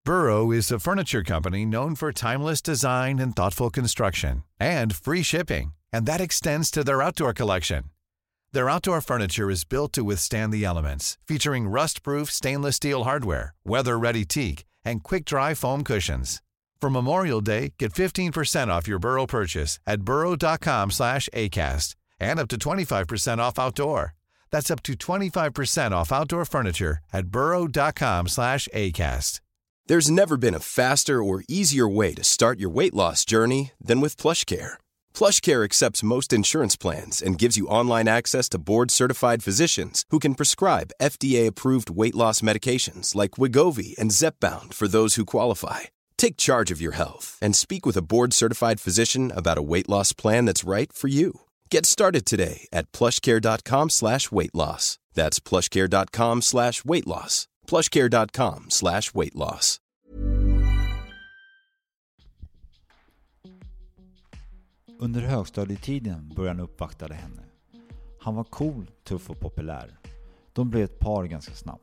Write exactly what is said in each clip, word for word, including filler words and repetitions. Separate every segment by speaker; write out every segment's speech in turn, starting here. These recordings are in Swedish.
Speaker 1: Burrow is a furniture company known for timeless design and thoughtful construction, and free shipping, and that extends to their outdoor collection. Their outdoor furniture is built to withstand the elements, featuring rust-proof stainless steel hardware, weather-ready teak, and quick-dry foam cushions. For Memorial Day, get fifteen percent off your Burrow purchase at burrow.com slash ACAST and up to twenty-five percent off outdoor. That's up to twenty-five percent off outdoor furniture at burrow.com slash ACAST.
Speaker 2: There's never been a faster or easier way to start your weight loss journey than with PlushCare. PlushCare accepts most insurance plans and gives you online access to board-certified physicians who can prescribe F D A-approved weight loss medications like Wegovy and Zepbound for those who qualify. Take charge of your health and speak with a board-certified physician about a weight loss plan that's right for you. Get started today at plushcare.com slash weight loss. That's plushcare.com slash weight loss. plushcare.com slash weight loss.
Speaker 3: Under högstadietiden började han uppvakta henne. Han var cool, tuff och populär. De blev ett par ganska snabbt.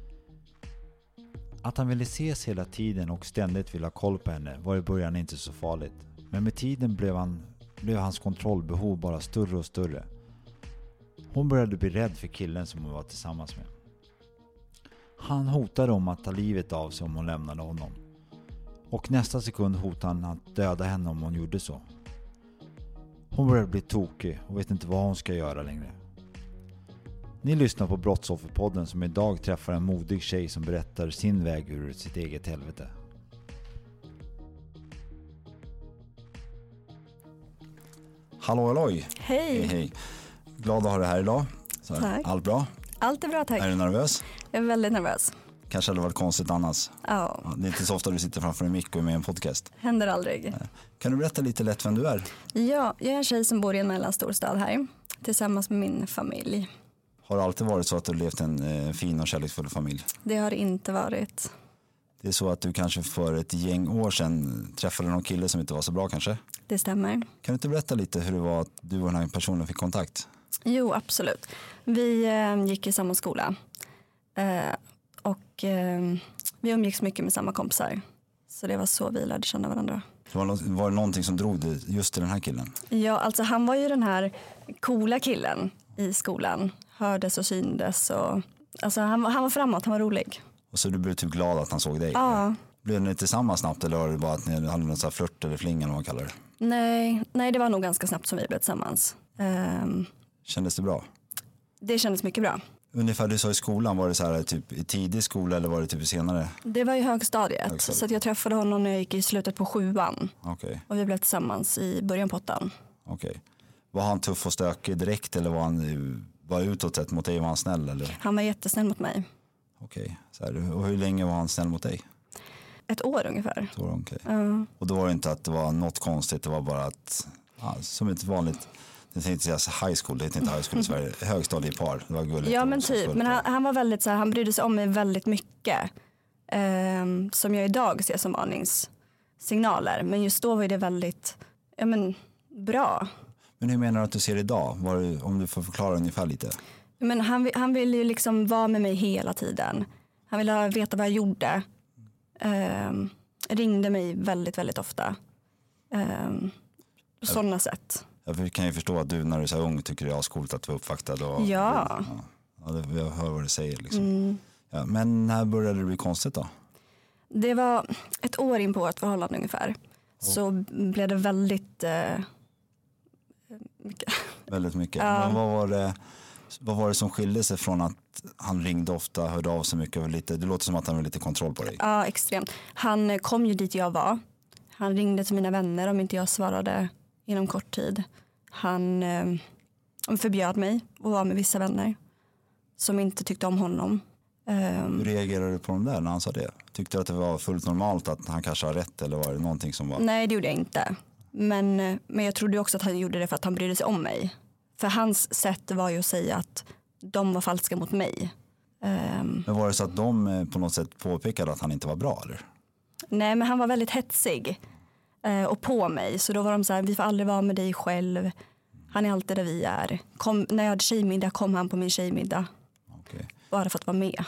Speaker 3: Att han ville ses hela tiden och ständigt ville ha koll på henne var i början inte så farligt. Men med tiden blev, han, blev hans kontrollbehov bara större och större. Hon började bli rädd för killen som hon var tillsammans med. Han hotade om att ta livet av sig om hon lämnade honom. Och nästa sekund hotade han att döda henne om hon gjorde så. Hon började bli tokig och vet inte vad hon ska göra längre. Ni lyssnar på Brottsofferpodden som idag träffar en modig tjej som berättar sin väg ur sitt eget helvete. Hallå, halloj.
Speaker 4: Hej.
Speaker 3: Hej, hej. Glad att ha dig här idag. Så här,
Speaker 4: tack.
Speaker 3: Allt bra?
Speaker 4: Allt är bra, tack.
Speaker 3: Är du nervös?
Speaker 4: Jag är väldigt nervös.
Speaker 3: Kanske hade varit konstigt annars.
Speaker 4: Ja.
Speaker 3: Det är inte så ofta du sitter framför en mick och är med i en podcast.
Speaker 4: Händer aldrig.
Speaker 3: Kan du berätta lite lätt vem du är?
Speaker 4: Ja, jag är en tjej som bor i en mellanstor stad här. Tillsammans med min familj.
Speaker 3: Har det alltid varit så att du levt en eh, fin och kärleksfull familj?
Speaker 4: Det har det inte varit.
Speaker 3: Det är så att du kanske för ett gäng år sedan träffade någon kille som inte var så bra kanske?
Speaker 4: Det stämmer.
Speaker 3: Kan du inte berätta lite hur det var att du och den här personen fick kontakt?
Speaker 4: Jo, absolut. Vi eh, gick i samma skola. Eh, och eh, vi umgicks mycket med samma kompisar. Så det var så vi lärde känna varandra.
Speaker 3: Var det, var det någonting som drog dig just till den här killen?
Speaker 4: Ja, alltså han var ju den här coola killen i skolan. Hördes och syndes. Och, alltså han, han var framåt, han var rolig.
Speaker 3: Och så du blev typ glad att han såg dig?
Speaker 4: Ja.
Speaker 3: Blev ni tillsammans snabbt eller var det bara att ni hade någon sån här flört eller fling eller vad man kallar det?
Speaker 4: Nej, nej, det var nog ganska snabbt som vi blev tillsammans. Um,
Speaker 3: Kändes det bra?
Speaker 4: Det kändes mycket bra.
Speaker 3: Ungefär du sa i skolan, var det så här typ i tidig skola eller var det typ senare?
Speaker 4: Det var i högstadiet, högstadiet. Så att jag träffade honom när jag gick i slutet på sjuan.
Speaker 3: Okay.
Speaker 4: Och vi blev tillsammans i början på åttan.
Speaker 3: Okej. Okay. Var han tuff och stökig direkt eller var han var utåt sett mot dig? Var han snäll? Eller?
Speaker 4: Han var jättesnäll mot mig.
Speaker 3: Okej. Okay. Och hur länge var han snäll mot dig?
Speaker 4: Ett år ungefär.
Speaker 3: Ett år, okej. Okay.
Speaker 4: Uh.
Speaker 3: Och då var det inte att det var något konstigt, det var bara att, ja, som ett vanligt, jag tänkte säga high school, det heter inte high school i Sverige, högstadiepar, det var gulligt.
Speaker 4: Ja men typ, men han, han var väldigt så här, han brydde sig om mig väldigt mycket. Um, som jag idag ser som varningssignaler. Men just då var det väldigt, ja men, bra.
Speaker 3: Men hur menar du att du ser idag? Var det, om du får förklara ungefär lite.
Speaker 4: Men han, han ville ju liksom vara med mig hela tiden. Han ville veta vad jag gjorde. Um, ringde mig väldigt, väldigt ofta. Um, på sådana jag, sätt.
Speaker 3: Jag kan ju förstå att du när du är så ung tycker det är ascoolt att du är uppvaktad. Och,
Speaker 4: ja.
Speaker 3: Ja, det, jag hör vad du säger liksom.
Speaker 4: Mm.
Speaker 3: Ja, men när började det bli konstigt då?
Speaker 4: Det var ett år in på vårt förhållande ungefär. Oh. Så blev det väldigt eh, mycket.
Speaker 3: Väldigt mycket.
Speaker 4: Ja.
Speaker 3: Men vad var det, vad var det som skilde sig från att han ringde ofta, hörde av sig mycket och lite, det låter som att han hade lite kontroll på dig.
Speaker 4: Ja, extremt. Han kom ju dit jag var. Han ringde till mina vänner om inte jag svarade inom kort tid. Han eh, förbjöd mig att vara med vissa vänner som inte tyckte om honom.
Speaker 3: Hur reagerade du på dem där när han sa det? Tyckte du att det var fullt normalt att han kanske har rätt eller var det någonting som var?
Speaker 4: Nej, det gjorde jag inte. Men, men jag trodde också att han gjorde det för att han brydde sig om mig. För hans sätt var ju att säga att de var falska mot mig. Um,
Speaker 3: men var det så att de på något sätt påpekade att han inte var bra eller?
Speaker 4: Nej, men han var väldigt hetsig uh, och på mig. Så då var de så här, vi får aldrig vara med dig själv. Han är alltid där vi är. Kom, när jag hade tjejmiddag kom han på min tjejmiddag.
Speaker 3: Okay.
Speaker 4: Bara för att vara med.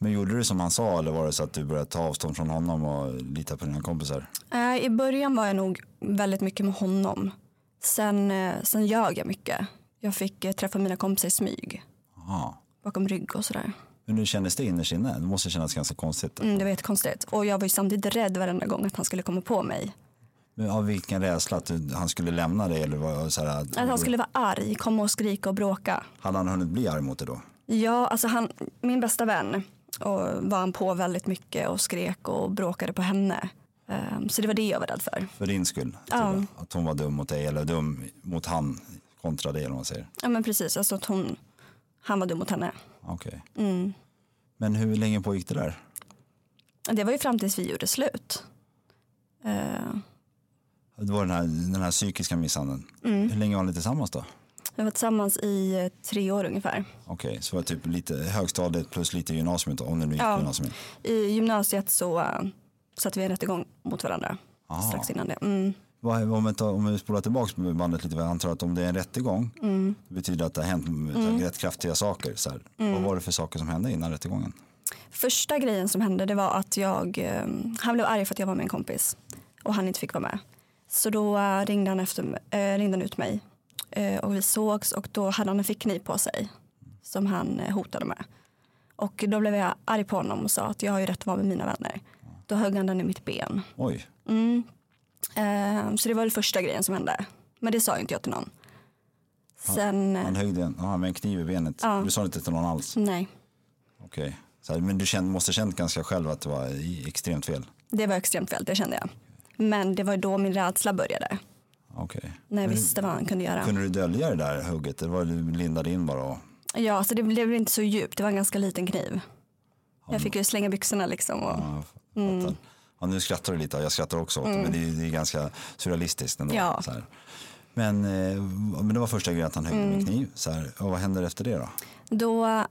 Speaker 3: Men gjorde du som han sa eller var det så att du började ta avstånd från honom och lita på dina kompisar?
Speaker 4: Eh, I början var jag nog väldigt mycket med honom. Sen, eh, sen ljög jag mycket. Jag fick eh, träffa mina kompisar i smyg.
Speaker 3: Aha.
Speaker 4: Bakom rygg och sådär.
Speaker 3: Men hur kändes det innerst inne? Det måste kännas ganska konstigt.
Speaker 4: Mm, det var jättekonstigt. Och jag var ju samtidigt rädd varenda gång att han skulle komma på mig.
Speaker 3: Men av vilken rädsla? Att han skulle lämna dig? Eller var så här,
Speaker 4: att han skulle vara arg, komma och skrika och bråka.
Speaker 3: Hade han hunnit bli arg mot dig då?
Speaker 4: Ja, alltså han, min bästa vän. Och var han på väldigt mycket och skrek och bråkade på henne. Um, så det var det jag var rädd för.
Speaker 3: För din skull?
Speaker 4: Ja.
Speaker 3: Typ, att hon var dum mot dig eller dum mot han kontra dig eller vad man säger?
Speaker 4: Ja men precis, alltså att hon, han var dum mot henne.
Speaker 3: Okej.
Speaker 4: Okay. Mm.
Speaker 3: Men hur länge pågick det där?
Speaker 4: Det var ju fram tills vi gjorde slut. Uh.
Speaker 3: Det var den här, den här psykiska misshandeln. Mm. Hur länge var ni tillsammans då?
Speaker 4: Vi var tillsammans i tre år ungefär.
Speaker 3: Okej, okay, så var det typ lite högstadiet plus lite gymnasiet om det nu gick
Speaker 4: ja.
Speaker 3: gymnasiet.
Speaker 4: I gymnasiet så uh, satte vi en rättegång mot varandra. Aha. Strax innan det. Mm.
Speaker 3: Vad, om, vi tar, om vi spolar tillbaka med bandet lite, jag antar att om det är en rättegång mm. det betyder att det har hänt mm. rätt kraftiga saker. Så här. Mm. Vad var det för saker som hände innan rättegången? Första
Speaker 4: grejen som hände det var att jag, um, han blev arg för att jag var med en kompis och han inte fick vara med. Så då uh, ringde, han efter, uh, ringde han ut mig uh, och vi sågs och då hade han en fickkniv på sig som han uh, hotade med. Och då blev jag arg på honom och sa att jag har ju rätt att vara med mina vänner. Då högg han den i mitt ben.
Speaker 3: Oj.
Speaker 4: Mm. Uh, så det var väl första grejen som hände. Men det sa inte jag till någon. Sen,
Speaker 3: han, han högg den aha, med en kniv i benet. Uh, du sa inte till någon alls?
Speaker 4: Nej.
Speaker 3: Okej. Okay. Men du kände, måste känt ganska själv att det var extremt fel?
Speaker 4: Det var extremt fel, det kände jag. Men det var då min rädsla började.
Speaker 3: Okej. Okay.
Speaker 4: När jag visste vad han kunde göra.
Speaker 3: Kunde du dölja det där hugget? Eller var du lindade in bara? Och...
Speaker 4: Ja, så det blev inte så djupt. Det var en ganska liten kniv. Ja, jag fick ju slänga byxorna liksom. Och...
Speaker 3: Ja, mm. Ja, nu skrattar du lite. Jag skrattar också åt det. Mm. Men det är, det är ganska surrealistiskt ändå.
Speaker 4: Ja.
Speaker 3: Så här. Men, eh, men det var första grejen att han högg mm. med kniv. Så här. Och vad händer efter det då?
Speaker 4: Då,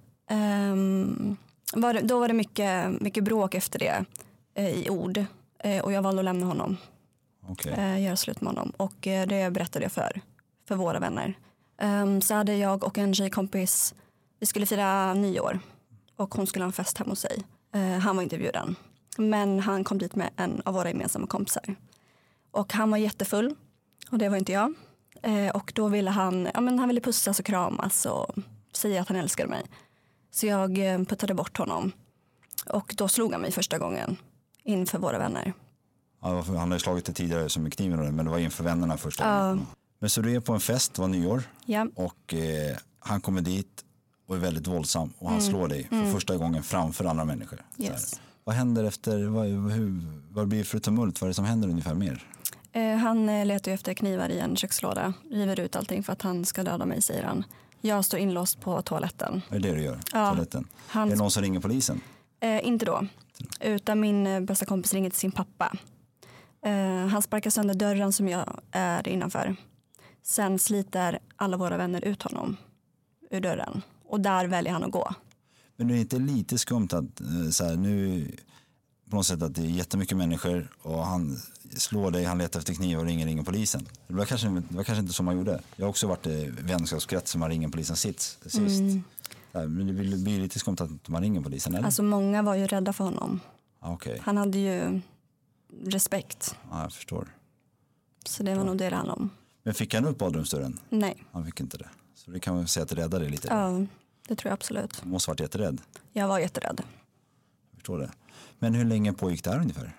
Speaker 4: um, var, det, då var det mycket, mycket bråk efter det eh, i ord. Eh, och jag valde att lämna honom.
Speaker 3: Okay.
Speaker 4: Eh, göra slut med honom. Och eh, det berättade jag för, för våra vänner. Um, så hade jag och en tjejkompis, vi skulle fira nyår. Och hon skulle ha en fest hemma hos sig. Uh, han var inte bjuden. Men han kom dit med en av våra gemensamma kompisar. Och han var jättefull. Och det var inte jag. Uh, och då ville han, ja, men han ville pussas och kramas och säga att han älskade mig. Så jag uh, puttade bort honom. Och då slog han mig första gången inför våra vänner.
Speaker 3: Ja, han hade slagit det tidigare som med kniven, men det var inför vännerna första
Speaker 4: uh,
Speaker 3: gången. Men så du är på en fest, det var nyår.
Speaker 4: Yeah.
Speaker 3: Och eh, han kommer dit och är väldigt våldsam. Och han mm. slår dig för mm. första gången framför andra människor.
Speaker 4: Yes.
Speaker 3: Vad händer efter, vad, hur, vad blir det för tumult? Vad är det som händer ungefär mer?
Speaker 4: Eh, han eh, letar ju efter knivar i en kökslåda. River ut allting för att han ska döda mig, säger han. Jag står inlåst på toaletten.
Speaker 3: Är det det du gör?
Speaker 4: Ja.
Speaker 3: Toaletten.
Speaker 4: Han...
Speaker 3: Är det någon som ringer polisen?
Speaker 4: Eh, inte då. Utan min eh, bästa kompis ringer till sin pappa. Eh, han sparkar sönder dörren som jag är innanför. Sen sliter alla våra vänner ut honom ur dörren. Och där väljer han att gå. Men
Speaker 3: det är inte lite skumt att så här, nu på något sätt att det är jättemycket människor och han slår dig, han letar efter kniv och ringer, ringer polisen. Det var, kanske, det var kanske inte så man gjorde. Jag har också varit i vänskapskrets som man ringer polisen sits, sist. Mm. Här, men det blir, blir lite skumt att man ringer polisen, eller?
Speaker 4: Alltså många var ju rädda för honom.
Speaker 3: Okay.
Speaker 4: Han hade ju respekt.
Speaker 3: Ja, jag förstår.
Speaker 4: Så det var ja. nog det det handlade om.
Speaker 3: Men fick han upp badrumsdörren?
Speaker 4: Nej.
Speaker 3: Han fick inte det. Så det kan man säga att det räddade dig lite.
Speaker 4: Ja, det tror jag absolut.
Speaker 3: Du måste ha varit jätterädd.
Speaker 4: Jag var jätterädd.
Speaker 3: Jag förstår det. Men hur länge pågick det här ungefär?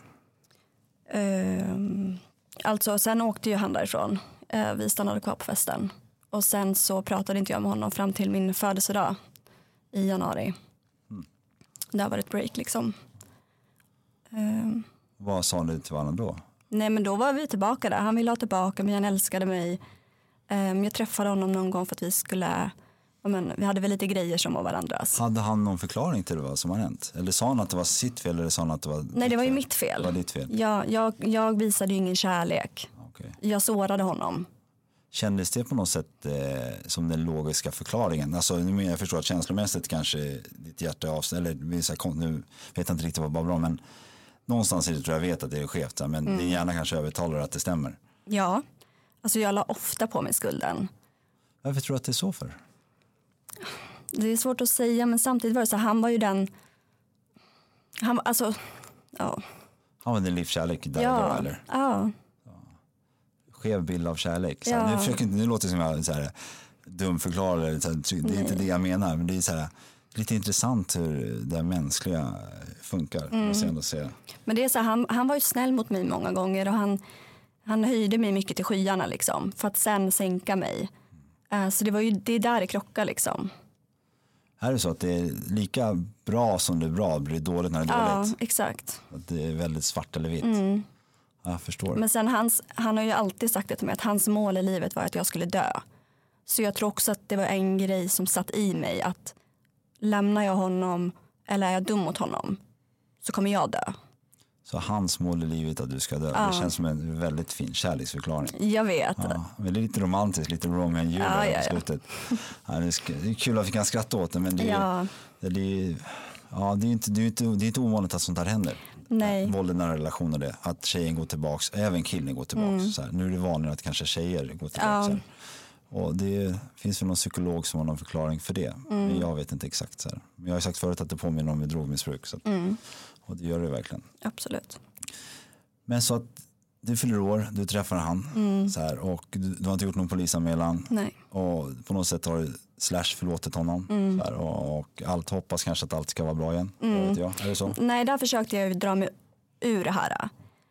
Speaker 4: Uh, alltså sen åkte ju han därifrån. Uh, vi stannade kvar på festen. Och sen så pratade inte jag med honom fram till min födelsedag i januari. Mm. Där var det ett break liksom. Uh,
Speaker 3: Vad sa du till varandra då?
Speaker 4: Nej, men då var vi tillbaka där. Han ville ha tillbaka mig, han älskade mig. Um, jag träffade honom någon gång för att vi skulle... Men, vi hade väl lite grejer som var varandras.
Speaker 3: Hade han någon förklaring till det vad som har hänt? Eller sa han att det var sitt fel eller sa han att det var...
Speaker 4: Nej, det var ju mitt fel.
Speaker 3: Det var ditt fel.
Speaker 4: Jag, jag, jag visade ju ingen kärlek.
Speaker 3: Okay.
Speaker 4: Jag sårade honom.
Speaker 3: Kändes det på något sätt eh, som den logiska förklaringen? Alltså, jag förstår att känslomässigt kanske ditt hjärta är avstånd. Eller nu vet jag inte riktigt vad det var bra, men någonstans i det tror jag vet att det är skevt. Men mm. din hjärna kanske övertalar att det stämmer.
Speaker 4: Ja, alltså jag la ofta på mig skulden.
Speaker 3: Varför tror du att det är så för?
Speaker 4: Det är svårt att säga, men samtidigt var det så han var ju den Han, alltså, ja.
Speaker 3: Han var din livskärlek där
Speaker 4: ja.
Speaker 3: och då, eller?
Speaker 4: Ja.
Speaker 3: Skev bild av kärlek. Så här,
Speaker 4: Ja.
Speaker 3: nu, försöker, nu låter det som jag så här, dumförklarar, så här, det är Nej. inte det jag menar, men det är så här, lite intressant hur det mänskliga funkar.
Speaker 4: Mm.
Speaker 3: Måste jag ändå säga.
Speaker 4: Men det är så här, han, han var ju snäll mot mig många gånger och han, han höjde mig mycket till skyarna liksom, för att sen sänka mig. Uh, så det var ju det är där det krockar liksom.
Speaker 3: Här är det så att det är lika bra som det är bra, blir det dåligt när det är dåligt.
Speaker 4: Ja, exakt.
Speaker 3: Att det är väldigt svart eller vitt.
Speaker 4: Mm.
Speaker 3: Jag förstår.
Speaker 4: Men sen hans, han har ju alltid sagt det till mig att hans mål i livet var att jag skulle dö. Så jag tror också att det var en grej som satt i mig att lämnar jag honom eller är jag dum mot honom så kommer jag dö. Så
Speaker 3: hans mål i livet är att du ska dö. Ja. Det känns som en väldigt fin kärleksförklaring.
Speaker 4: Jag vet.
Speaker 3: Ja, men det är lite romantiskt, lite Romeo and Julia
Speaker 4: ja, ja,
Speaker 3: på slutet. Ja. Ja, det, är, det är kul att vi kan skratta åt det, men det är,
Speaker 4: ja.
Speaker 3: det är, ja, det är, inte, det är, inte, det är inte ovanligt att sånt här händer.
Speaker 4: Nej.
Speaker 3: Våld i nära relationer, det, att tjejen går tillbaks, även killen går tillbaks. Mm. Så här. Nu är det vanligt att kanske tjejer går tillbaks. Ja. Och det finns väl någon psykolog som har någon förklaring för det. Mm. Men jag vet inte exakt. Så här. Men jag har sagt förut att det påminner om drogmissbruk. Så att, mm. Och det gör det verkligen.
Speaker 4: Absolut.
Speaker 3: Men så att du fyller år, du träffar han mm. så här, och du, du har inte gjort någon polisanmälan.
Speaker 4: Nej.
Speaker 3: Och på något sätt har du slash förlåtit honom. Mm. Så här, och, och allt hoppas kanske att allt ska vara bra igen. Mm. Vet jag. Är det så?
Speaker 4: Nej, där försökte jag dra mig ur det här.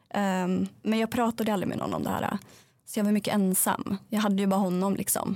Speaker 4: Um, men jag pratade aldrig med någon om det här. Så jag var mycket ensam. Jag hade ju bara honom liksom.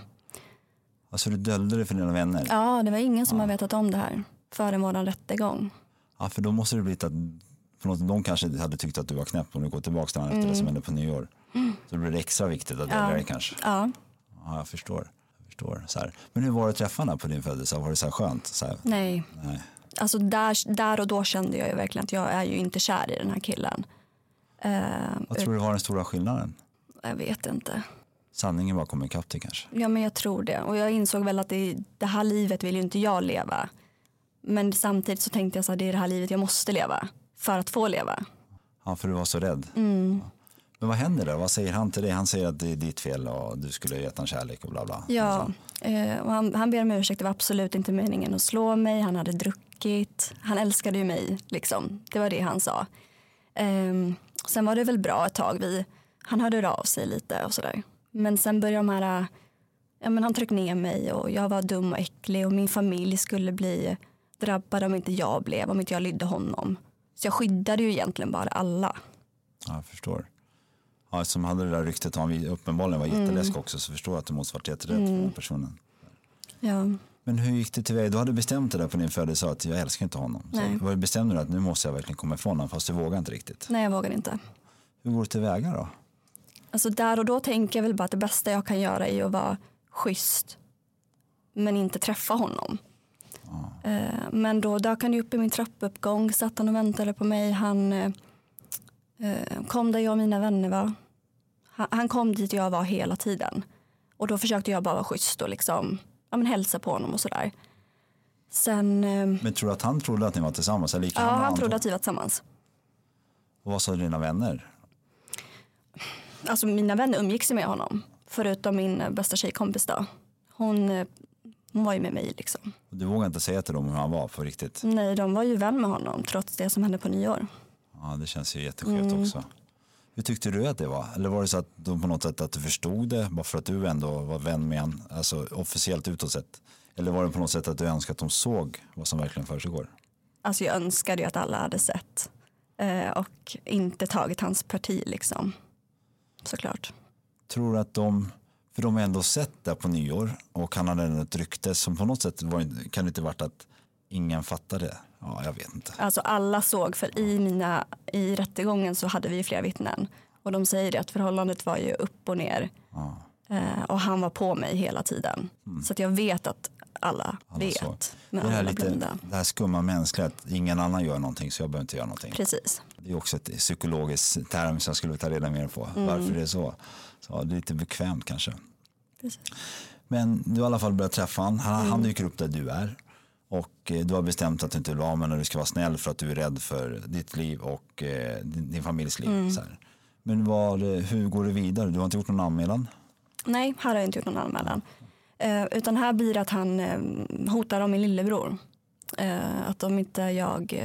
Speaker 3: Alltså du döljde det för dina vänner?
Speaker 4: Ja, det var ingen som ja. har vetat om det här före våran rättegång.
Speaker 3: Ja, för då måste det bli att för något, de kanske hade tyckt att du var knäpp om du går tillbaka till mm. efter det som hände på nyår. Mm. Så det blir det extra viktigt att dölja ja. det kanske.
Speaker 4: Ja.
Speaker 3: Ja, jag förstår. Jag förstår. Så här. Men hur var det att träffa henne på din födelse? Var det så här skönt? Så här?
Speaker 4: Nej.
Speaker 3: Nej.
Speaker 4: Alltså där, där och då kände jag ju verkligen att jag är ju inte kär i den här killen. Uh,
Speaker 3: Vad tror du var den stora skillnaden?
Speaker 4: Jag vet inte.
Speaker 3: Sanningen bara kommer ikapp till kanske.
Speaker 4: Ja, men jag tror det. Och jag insåg väl att det, det här livet vill ju inte jag leva. Men samtidigt så tänkte jag så här, det är det här livet jag måste leva. För att få leva.
Speaker 3: Ja, för du var så rädd.
Speaker 4: Mm.
Speaker 3: Ja. Men vad händer då? Vad säger han till dig? Han säger att det är ditt fel och du skulle gett han kärlek och bla bla.
Speaker 4: Ja, eh, och han, han ber om ursäkt. Det var absolut inte meningen att slå mig. Han hade druckit. Han älskade ju mig, liksom. Det var det han sa. Eh, sen var det väl bra ett tag. Vi, han hörde av sig lite och sådär. Men sen började de här... Ja, men han tryckte ner mig och jag var dum och äcklig. Och min familj skulle bli drabbad om inte jag blev. Om inte jag lydde honom. Så jag skyddade ju egentligen bara alla.
Speaker 3: Ja, jag förstår. Ja, som hade det där ryktet och han uppenbarligen var jätteläsk
Speaker 4: mm. också,
Speaker 3: så förstår jag att du måste varit jätterädd
Speaker 4: mm.
Speaker 3: för den personen.
Speaker 4: Ja.
Speaker 3: Men hur gick det till väg? Du hade bestämt det där på din födelse att jag älskar inte honom.
Speaker 4: Nej.
Speaker 3: Så var du bestämde du att nu måste jag verkligen komma ifrån honom fast du vågar inte riktigt?
Speaker 4: Nej, jag vågar inte.
Speaker 3: Hur går det till väga då?
Speaker 4: Alltså där och då tänker jag väl bara att det bästa jag kan göra är att vara schysst. Men inte träffa honom. Ah. Eh, men då dök han ju upp i min trappuppgång, satt han och väntade på mig. Han eh, kom där jag och mina vänner var. Han, han kom dit jag var hela tiden. Och då försökte jag bara vara schysst och liksom, ja, men hälsa på honom och sådär. Sen, eh,
Speaker 3: men tror du att han trodde att ni var tillsammans? Eller
Speaker 4: ja, han, han trodde att vi var tillsammans.
Speaker 3: Och vad sa dina vänner?
Speaker 4: Alltså mina vänner umgicks med honom. Förutom min bästa tjejkompis då. Hon, hon var ju med mig liksom.
Speaker 3: Du vågade inte säga till dem hur han var på riktigt?
Speaker 4: Nej, de var ju vän med honom trots det som hände på nyår.
Speaker 3: Ja, det känns ju jätteskevt
Speaker 4: mm.
Speaker 3: också. Hur tyckte du att det var? Eller var det så att de på något sätt att du förstod det bara för att du ändå var vän med han, alltså officiellt utåt sett? Eller var det på något sätt att du önskade att de såg vad som verkligen försiggår?
Speaker 4: Alltså jag önskade ju att alla hade sett eh, och inte tagit hans parti liksom. Såklart.
Speaker 3: Tror du att de, för de har ändå sett det på nyår och han hade ett rykte som på något sätt var, kan det inte varit att ingen fattade? Ja, jag vet inte.
Speaker 4: Alltså alla såg, för i, mina, i rättegången så hade vi ju flera vittnen. Och de säger det att förhållandet var ju upp och ner. Ja. Eh, och han var på mig hela tiden. Mm. Så att jag vet att alla, alla vet. Så. Men
Speaker 3: det, här
Speaker 4: alla
Speaker 3: lite, det här skumma mänskliga, att ingen annan gör någonting så jag behöver inte göra någonting.
Speaker 4: Precis.
Speaker 3: Det är också ett psykologiskt term som jag skulle ta reda mer på. Mm. Varför det är så. Så det är lite bekvämt kanske.
Speaker 4: Precis.
Speaker 3: Men du har i alla fall börjat träffa han. Han,
Speaker 4: mm.
Speaker 3: han dyker upp där du är. Och du har bestämt att du inte vill vara med när du ska vara snäll för att du är rädd för ditt liv och eh, din, din familjs liv. Mm. Så här. Men var, hur går det vidare? Du har inte gjort någon anmälan?
Speaker 4: Nej, här har jag inte gjort någon anmälan. Eh, utan här blir det att han eh, hotar om min lillebror. Eh, att om inte jag eh,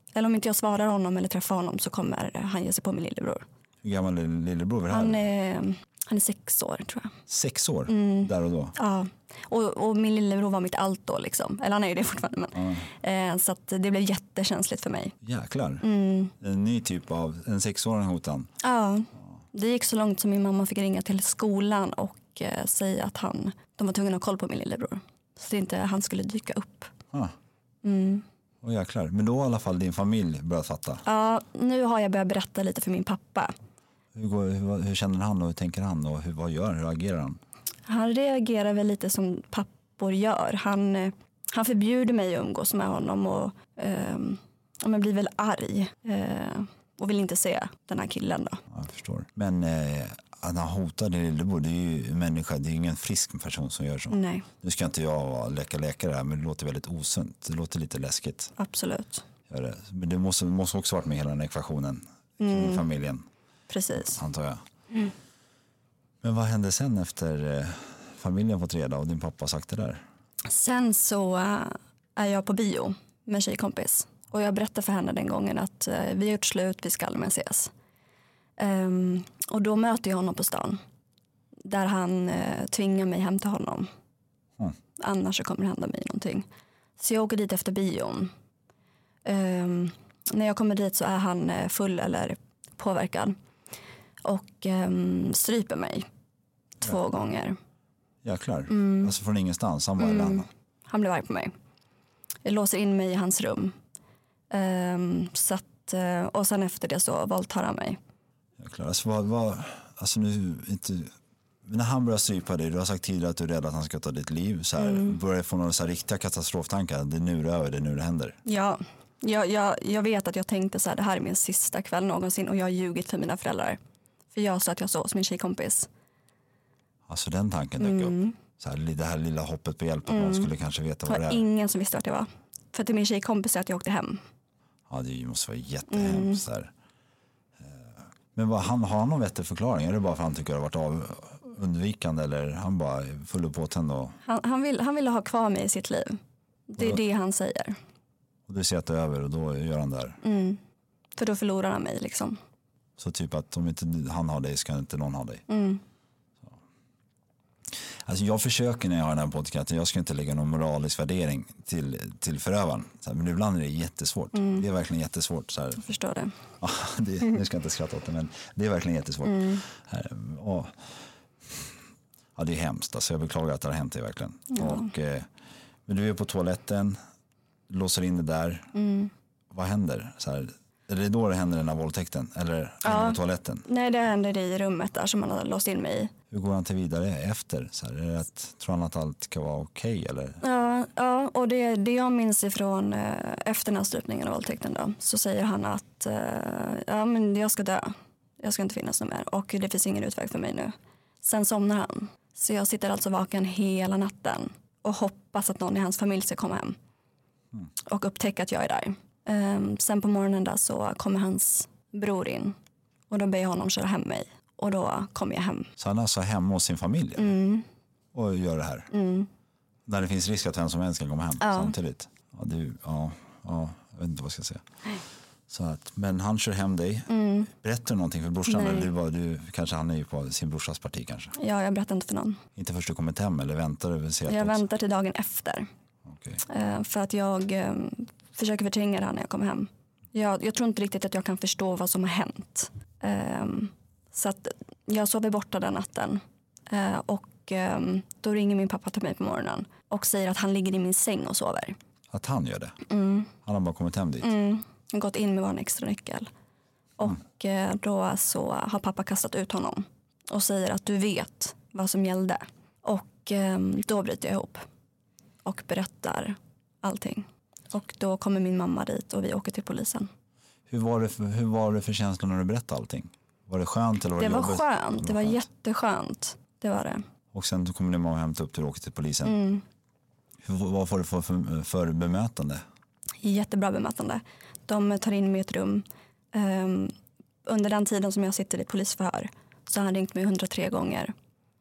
Speaker 4: Eller om inte jag svarar honom eller träffar honom så kommer han ge sig på min lillebror.
Speaker 3: Hur gammal är lillebror här?
Speaker 4: Han är, han är sex år tror jag.
Speaker 3: Sex år?
Speaker 4: Mm.
Speaker 3: Där och då?
Speaker 4: Ja, och, och min lillebror var mitt allt då liksom. Eller han är ju det fortfarande. Men,
Speaker 3: ja.
Speaker 4: eh, så att det blev jättekänsligt för mig.
Speaker 3: Jäklar.
Speaker 4: Mm.
Speaker 3: En ny typ av, en sexåring hotan.
Speaker 4: Ja, det gick så långt som min mamma fick ringa till skolan och eh, säga att han, de var tvungna att ha koll på min lillebror. Så det inte han skulle dyka upp.
Speaker 3: Ah.
Speaker 4: Mm.
Speaker 3: Och jäklar. Men då i alla fall din familj börjat fatta.
Speaker 4: Ja, nu har jag börjat berätta lite för min pappa.
Speaker 3: Hur, går, hur, hur känner han och hur tänker han och hur, vad gör han? Hur agerar han?
Speaker 4: Han reagerar väl lite som pappor gör. Han, eh, han förbjuder mig att umgås med honom och eh, men blir väl arg. Eh, och vill inte se den här killen då.
Speaker 3: Jag förstår. Men eh, att han hotar din lillebror, det är ju en människa, det är ingen frisk person som gör så.
Speaker 4: Nej.
Speaker 3: Nu ska inte jag vara läkare här, men det låter väldigt osunt. Det låter lite läskigt.
Speaker 4: Absolut.
Speaker 3: Gör det. Men det måste, måste också varit med hela den ekvationen kring
Speaker 4: Mm.
Speaker 3: familjen.
Speaker 4: Precis.
Speaker 3: Antar jag.
Speaker 4: Mm.
Speaker 3: Men vad hände sen efter eh, familjen fått reda och din pappa sagt det där?
Speaker 4: Sen så äh, är jag på bio med en tjejkompis. Och jag berättade för henne den gången att äh, vi har gjort slut, vi ska aldrig mer ses. Um, och då möter jag honom på stan. Där han äh, tvingar mig hem till honom.
Speaker 3: Mm.
Speaker 4: Annars så kommer det hända mig någonting. Så jag åker dit efter bion. Um, när jag kommer dit så är han äh, full eller påverkad. Och um, stryper mig två
Speaker 3: Ja.
Speaker 4: gånger.
Speaker 3: Jäklar.
Speaker 4: Mm.
Speaker 3: Alltså från ingenstans. Han bara,
Speaker 4: Mm.
Speaker 3: mm.
Speaker 4: Han blev arg på mig. Jag låser in mig i hans rum. Um, så att, uh, och sen efter det så våldtar han mig.
Speaker 3: Jäklar. Alltså, vad, vad, alltså nu inte... När han börjar strypa dig, du har sagt tidigare att du är rädd att han ska ta ditt liv. Så här,
Speaker 4: Mm.
Speaker 3: börjar få några så här riktiga katastroftankar. Det är nu det är över, det är nu det händer.
Speaker 4: Ja, jag, jag, jag vet att jag tänkte så här, det här är min sista kväll någonsin och jag har ljugit för mina föräldrar. För jag sa att jag sov hos min tjejkompis.
Speaker 3: Alltså den tanken dök
Speaker 4: Mm.
Speaker 3: upp. Så här, det här lilla hoppet på hjälp att
Speaker 4: Mm.
Speaker 3: någon skulle kanske veta
Speaker 4: Det
Speaker 3: vad det
Speaker 4: var
Speaker 3: är.
Speaker 4: ingen som visste vart jag var. För till min tjejkompis sa att jag åkte hem.
Speaker 3: Ja, det måste vara jättehemskt.
Speaker 4: Mm.
Speaker 3: Så här. Eh, Men vad, han, har han någon vettig förklaring? Är det bara för att han tycker det har varit av, undvikande eller han bara är full upp på tänd och,
Speaker 4: Han, han, vill, han ville ha kvar mig i sitt liv. Det är
Speaker 3: Och då-
Speaker 4: det han säger.
Speaker 3: och du ser att det är över och då gör han det här.
Speaker 4: Mm. För då förlorar han mig liksom.
Speaker 3: Så typ att om inte han har dig ska inte någon ha dig.
Speaker 4: Mm.
Speaker 3: Alltså jag försöker när jag har den här podcasten, jag ska inte lägga någon moralisk värdering till, till förövaren. Så här, men ibland är det jättesvårt.
Speaker 4: Mm.
Speaker 3: Det är verkligen jättesvårt. Så här.
Speaker 4: Jag förstår det.
Speaker 3: Ja, det, nu ska jag inte skratta åt det, men det är verkligen jättesvårt.
Speaker 4: Mm.
Speaker 3: Här, och, ja, det är hemskt. Alltså jag beklagar att det har hänt det verkligen.
Speaker 4: Ja.
Speaker 3: Och, eh, men du är på toaletten, låser in det där.
Speaker 4: Mm.
Speaker 3: Vad händer? Så här, är det då det händer den här våldtäkten? Eller
Speaker 4: Ja.
Speaker 3: händer på toaletten?
Speaker 4: Nej, det händer i rummet där som han har låst in mig i.
Speaker 3: Hur går han till vidare efter? Så här, är det att, tror han att allt ska vara okej? Eller?
Speaker 4: Ja, ja och det, det jag minns ifrån eh, efter den här strypningen och våldtäkten då, så säger han att eh, ja, men jag ska dö. Jag ska inte finnas någon mer och det finns ingen utväg för mig nu. Sen somnar han. Så jag sitter alltså vaken hela natten och hoppas att någon i hans familj ska komma hem.
Speaker 3: Mm.
Speaker 4: Och upptäcka att jag är där. Um, sen på morgonen där så kommer hans bror in och då ber jag honom köra hem mig. Och då kommer jag hem.
Speaker 3: Så han är alltså hemma hos sin familj
Speaker 4: Mm,
Speaker 3: och gör det här?
Speaker 4: mm.
Speaker 3: Där det finns risk att vem som helst kan komma hem
Speaker 4: Ja.
Speaker 3: samtidigt? Ja, det, ja, ja, jag vet inte vad jag ska säga. Så att, men han kör hem dig.
Speaker 4: Mm.
Speaker 3: Berättar du någonting för brorsan?
Speaker 4: Nej.
Speaker 3: Eller du, bara, du, kanske han är ju på sin brorsas parti kanske?
Speaker 4: Ja, jag berättar inte för någon.
Speaker 3: Inte först du kommit hem eller väntar du? Se att
Speaker 4: Jag
Speaker 3: något-
Speaker 4: väntar till dagen efter.
Speaker 3: Okej.
Speaker 4: Eh, för att jag eh, försöker förtränga det här när jag kommer hem. Jag, jag tror inte riktigt att jag kan förstå vad som har hänt. Eh, så att jag sover borta den natten. Eh, och eh, då ringer min pappa till mig på morgonen. Och säger att han ligger i min säng och sover.
Speaker 3: Att han gör det?
Speaker 4: Mm.
Speaker 3: Han har bara kommit hem dit?
Speaker 4: Mm. Jag har gått in med vår extra nyckel. Och eh, då så har pappa kastat ut honom. Och säger att du vet vad som gällde. Och eh, då bryter jag ihop. Och berättar allting. Och då kommer min mamma dit och vi åker till polisen.
Speaker 3: Hur var det för, hur var det för känslan när du berättade allting? Var det skönt eller var det,
Speaker 4: Det var
Speaker 3: jobbigt?
Speaker 4: skönt, det var
Speaker 3: skönt.
Speaker 4: jätteskönt. Det var det.
Speaker 3: Och sen kommer din mamma och hämta upp dig och åker till polisen.
Speaker 4: Mm.
Speaker 3: Hur, vad får du för, för, för bemötande?
Speaker 4: Jättebra bemötande. De tar in mig i ett rum. Um, under den tiden som jag sitter i polisförhör så har han ringt mig hundratre gånger.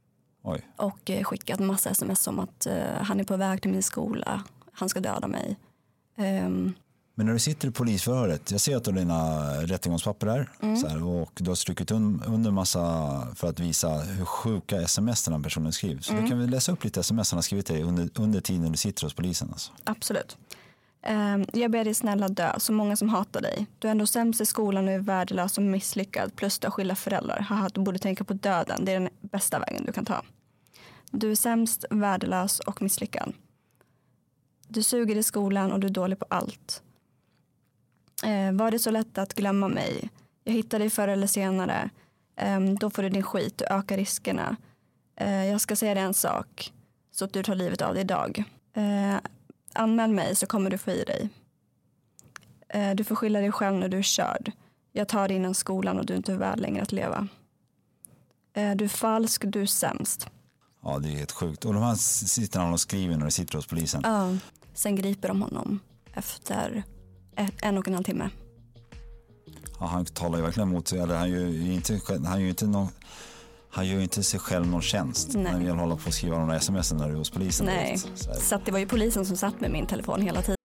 Speaker 3: Oj.
Speaker 4: Och eh, skickat massa sms om att eh, han är på väg till min skola. Han ska döda mig. Um,
Speaker 3: Men när du sitter i polisförhöret, jag ser att du har dina rättegångspapper där mm. så här, och du har strukit un, under massa för att visa hur sjuka sms den här personen skriver. Så mm. då kan vi läsa upp lite sms han har skrivit till dig under, under tiden du sitter hos polisen. Alltså.
Speaker 4: Absolut. Um, jag ber dig snälla dö, så många som hatar dig. Du är ändå sämst i skolan och är värdelös och misslyckad. Plus du har skilda föräldrar. Haha, du borde tänka på döden. Det är den bästa vägen du kan ta. Du är sämst, värdelös och misslyckad. Du suger i skolan och du är dålig på allt. Eh, var det så lätt att glömma mig? Jag hittar dig förr eller senare. Eh, då får du din skit, du ökar riskerna. Eh, jag ska säga dig en sak, så att du tar livet av dig idag. Eh, anmäl mig så kommer du få i dig. Eh, du får skylla dig själv när du är körd. Jag tar dig innan skolan och du är inte värd längre att leva. Eh, du är falsk och du är sämst.
Speaker 3: Ja, det är helt sjukt. Och de här sitter han och skriver när de sitter hos polisen.
Speaker 4: Ja, sen griper de honom efter ett, en och en halv timme.
Speaker 3: Ja, han talar ju verkligen emot sig. Eller han gör ju inte, han gör inte någon, han gör inte sig själv någon tjänst. Nej. När vi håller på att skriva de där sms'en när du är hos polisen.
Speaker 4: Nej, så, så att det var ju polisen som satt med min telefon hela tiden.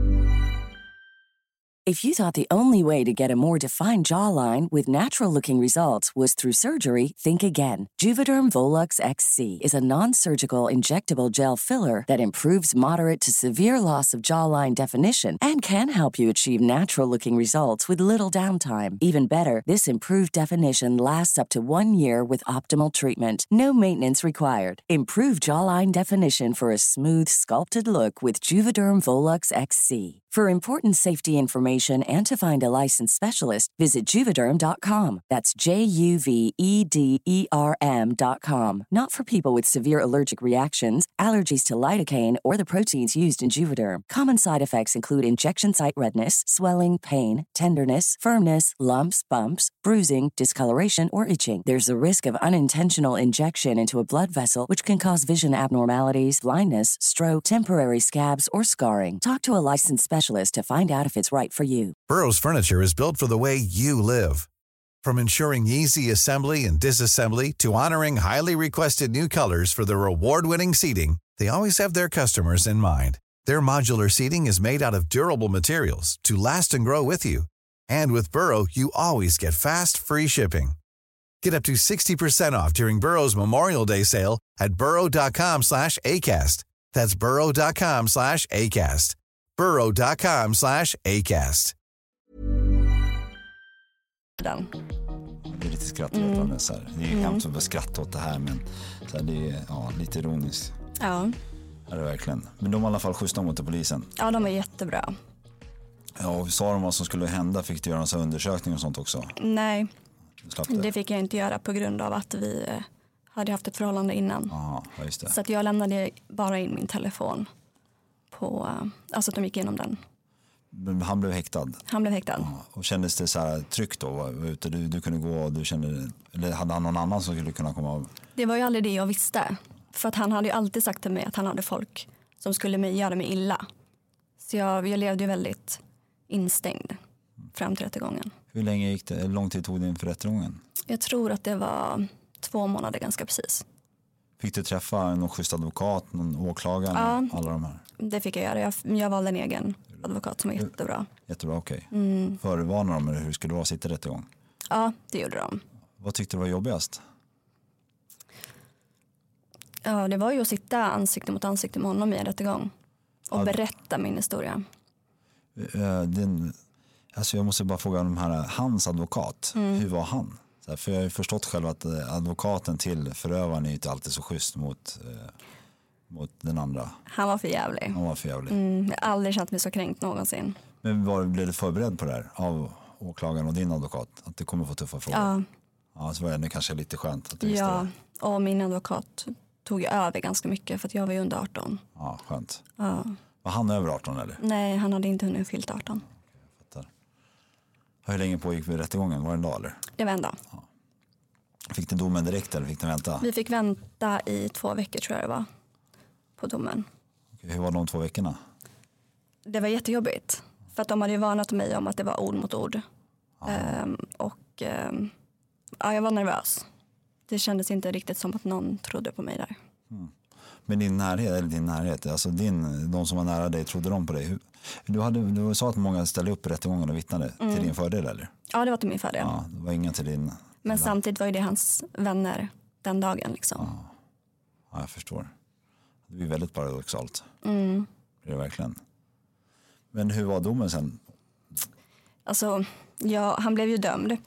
Speaker 5: If you thought the only way to get a more defined jawline with natural-looking results was through surgery, think again. Juvederm Volux X C is a non-surgical injectable gel filler that improves moderate to severe loss of jawline definition and can help you achieve natural-looking results with little downtime. Even better, this improved definition lasts up to one year with optimal treatment. No maintenance required. Improve jawline definition for a smooth, sculpted look with Juvederm Volux X C. For important safety information and to find a licensed specialist, visit Juvederm dot com. That's J U V E D E R M dot com. Not for people with severe allergic reactions, allergies to lidocaine, or the proteins used in Juvederm. Common side effects include injection site redness, swelling, pain, tenderness, firmness, lumps, bumps, bruising, discoloration, or itching. There's a risk of unintentional injection into a blood vessel, which can cause vision abnormalities, blindness, stroke, temporary scabs, or scarring. Talk to a licensed specialist to find out if it's right for you.
Speaker 1: Burrow's furniture is built for the way you live. From ensuring easy assembly and disassembly to honoring highly requested new colors for their award-winning seating, they always have their customers in mind. Their modular seating is made out of durable materials to last and grow with you. And with Burrow, you always get fast, free shipping. Get up to sixty percent off during Burrow's Memorial Day sale at burrow dot com slash acast. That's burrow dot com slash acast. burrow dot com slash acast.
Speaker 3: Det är lite skrattretande mm. så här. Det är ju mm. hemskt att skratta åt det här, men så här, det är ja, lite ironiskt.
Speaker 4: Ja.
Speaker 3: Ja, det är verkligen. Men de var i alla fall schyssta mot polisen.
Speaker 4: Ja, de var jättebra.
Speaker 3: Ja, och sa de vad som skulle hända? Fick du göra en sån undersökning och sånt också?
Speaker 4: Nej, det. det fick jag inte göra på grund av att vi hade haft ett förhållande innan.
Speaker 3: Aha, just det.
Speaker 4: Så att jag lämnade bara in min telefon. På, alltså att de gick igenom den.
Speaker 3: Men han blev häktad?
Speaker 4: Han blev häktad.
Speaker 3: Ja, och kändes det så här tryggt då? Ute, du, du kunde gå och du kände, eller hade han någon annan som skulle kunna komma av? Det
Speaker 4: var ju aldrig det jag visste. För att han hade ju alltid sagt till mig att han hade folk som skulle mig, göra mig illa. Så jag, jag levde ju väldigt instängd fram till rättegången.
Speaker 3: Hur länge gick det? Hur lång tid tog det inför rättegången?
Speaker 4: Jag tror att det var två månader ganska precis.
Speaker 3: Fick du träffa någon schysst advokat, någon åklagare,
Speaker 4: ja,
Speaker 3: alla de här?
Speaker 4: Det fick jag göra. Jag, jag valde en egen advokat som var jättebra.
Speaker 3: Jättebra, okej. Okay.
Speaker 4: Mm.
Speaker 3: Förvarnade de hur skulle det vara att sitta rättegång?
Speaker 4: Ja, det gjorde de.
Speaker 3: Vad tyckte du var jobbigast?
Speaker 4: Ja, det var ju att sitta ansikte mot ansikte med honom i en rättegång. Och ja, berätta min historia.
Speaker 3: Den, alltså jag måste bara fråga om här, hans advokat, mm. hur var han? För jag har förstått själv att advokaten till förövaren är inte alltid så schysst mot, eh, mot den andra.
Speaker 4: Han var för jävlig.
Speaker 3: Han var för jävlig.
Speaker 4: Mm, jag har aldrig känt mig så kränkt någonsin.
Speaker 3: Men var, blev du förberedd på det här av åklagaren och din advokat? Att det kommer få tuffa frågor?
Speaker 4: Ja.
Speaker 3: Ja, så var det kanske lite skönt att du visste
Speaker 4: ja,
Speaker 3: det.
Speaker 4: Och min advokat tog över ganska mycket för att jag var ju under arton.
Speaker 3: Ja, skönt.
Speaker 4: Ja.
Speaker 3: Var han över arton eller?
Speaker 4: Nej, han hade inte hunnit fyllt arton.
Speaker 3: Jag fattar. Hur länge pågick vi rättegången? Var det en dag eller?
Speaker 4: Det var en dag. Ja.
Speaker 3: Fick du domen direkt eller fick du vänta?
Speaker 4: Vi fick vänta i två veckor tror jag det var. På domen.
Speaker 3: Okej, hur var de två veckorna?
Speaker 4: Det var jättejobbigt. För att de hade ju varnat mig om att det var ord mot ord. Um, och um, ja, jag var nervös. Det kändes inte riktigt som att någon trodde på mig där.
Speaker 3: Mm. Men din närhet, eller din närhet, alltså din, de som var nära dig, trodde de på dig? Hur, du, hade, du sa att många ställde upp i rättegången och vittnade. Mm. Till din fördel eller?
Speaker 4: Ja, det var till min fördel.
Speaker 3: Ja, det var ingen till din...
Speaker 4: Men
Speaker 3: eller?
Speaker 4: Samtidigt var ju det hans vänner den dagen liksom.
Speaker 3: Ja, ja jag förstår. Det är väldigt paradoxalt.
Speaker 4: Mm.
Speaker 3: Det är det verkligen. Men hur var domen sen?
Speaker 4: Alltså, ja, han blev ju dömd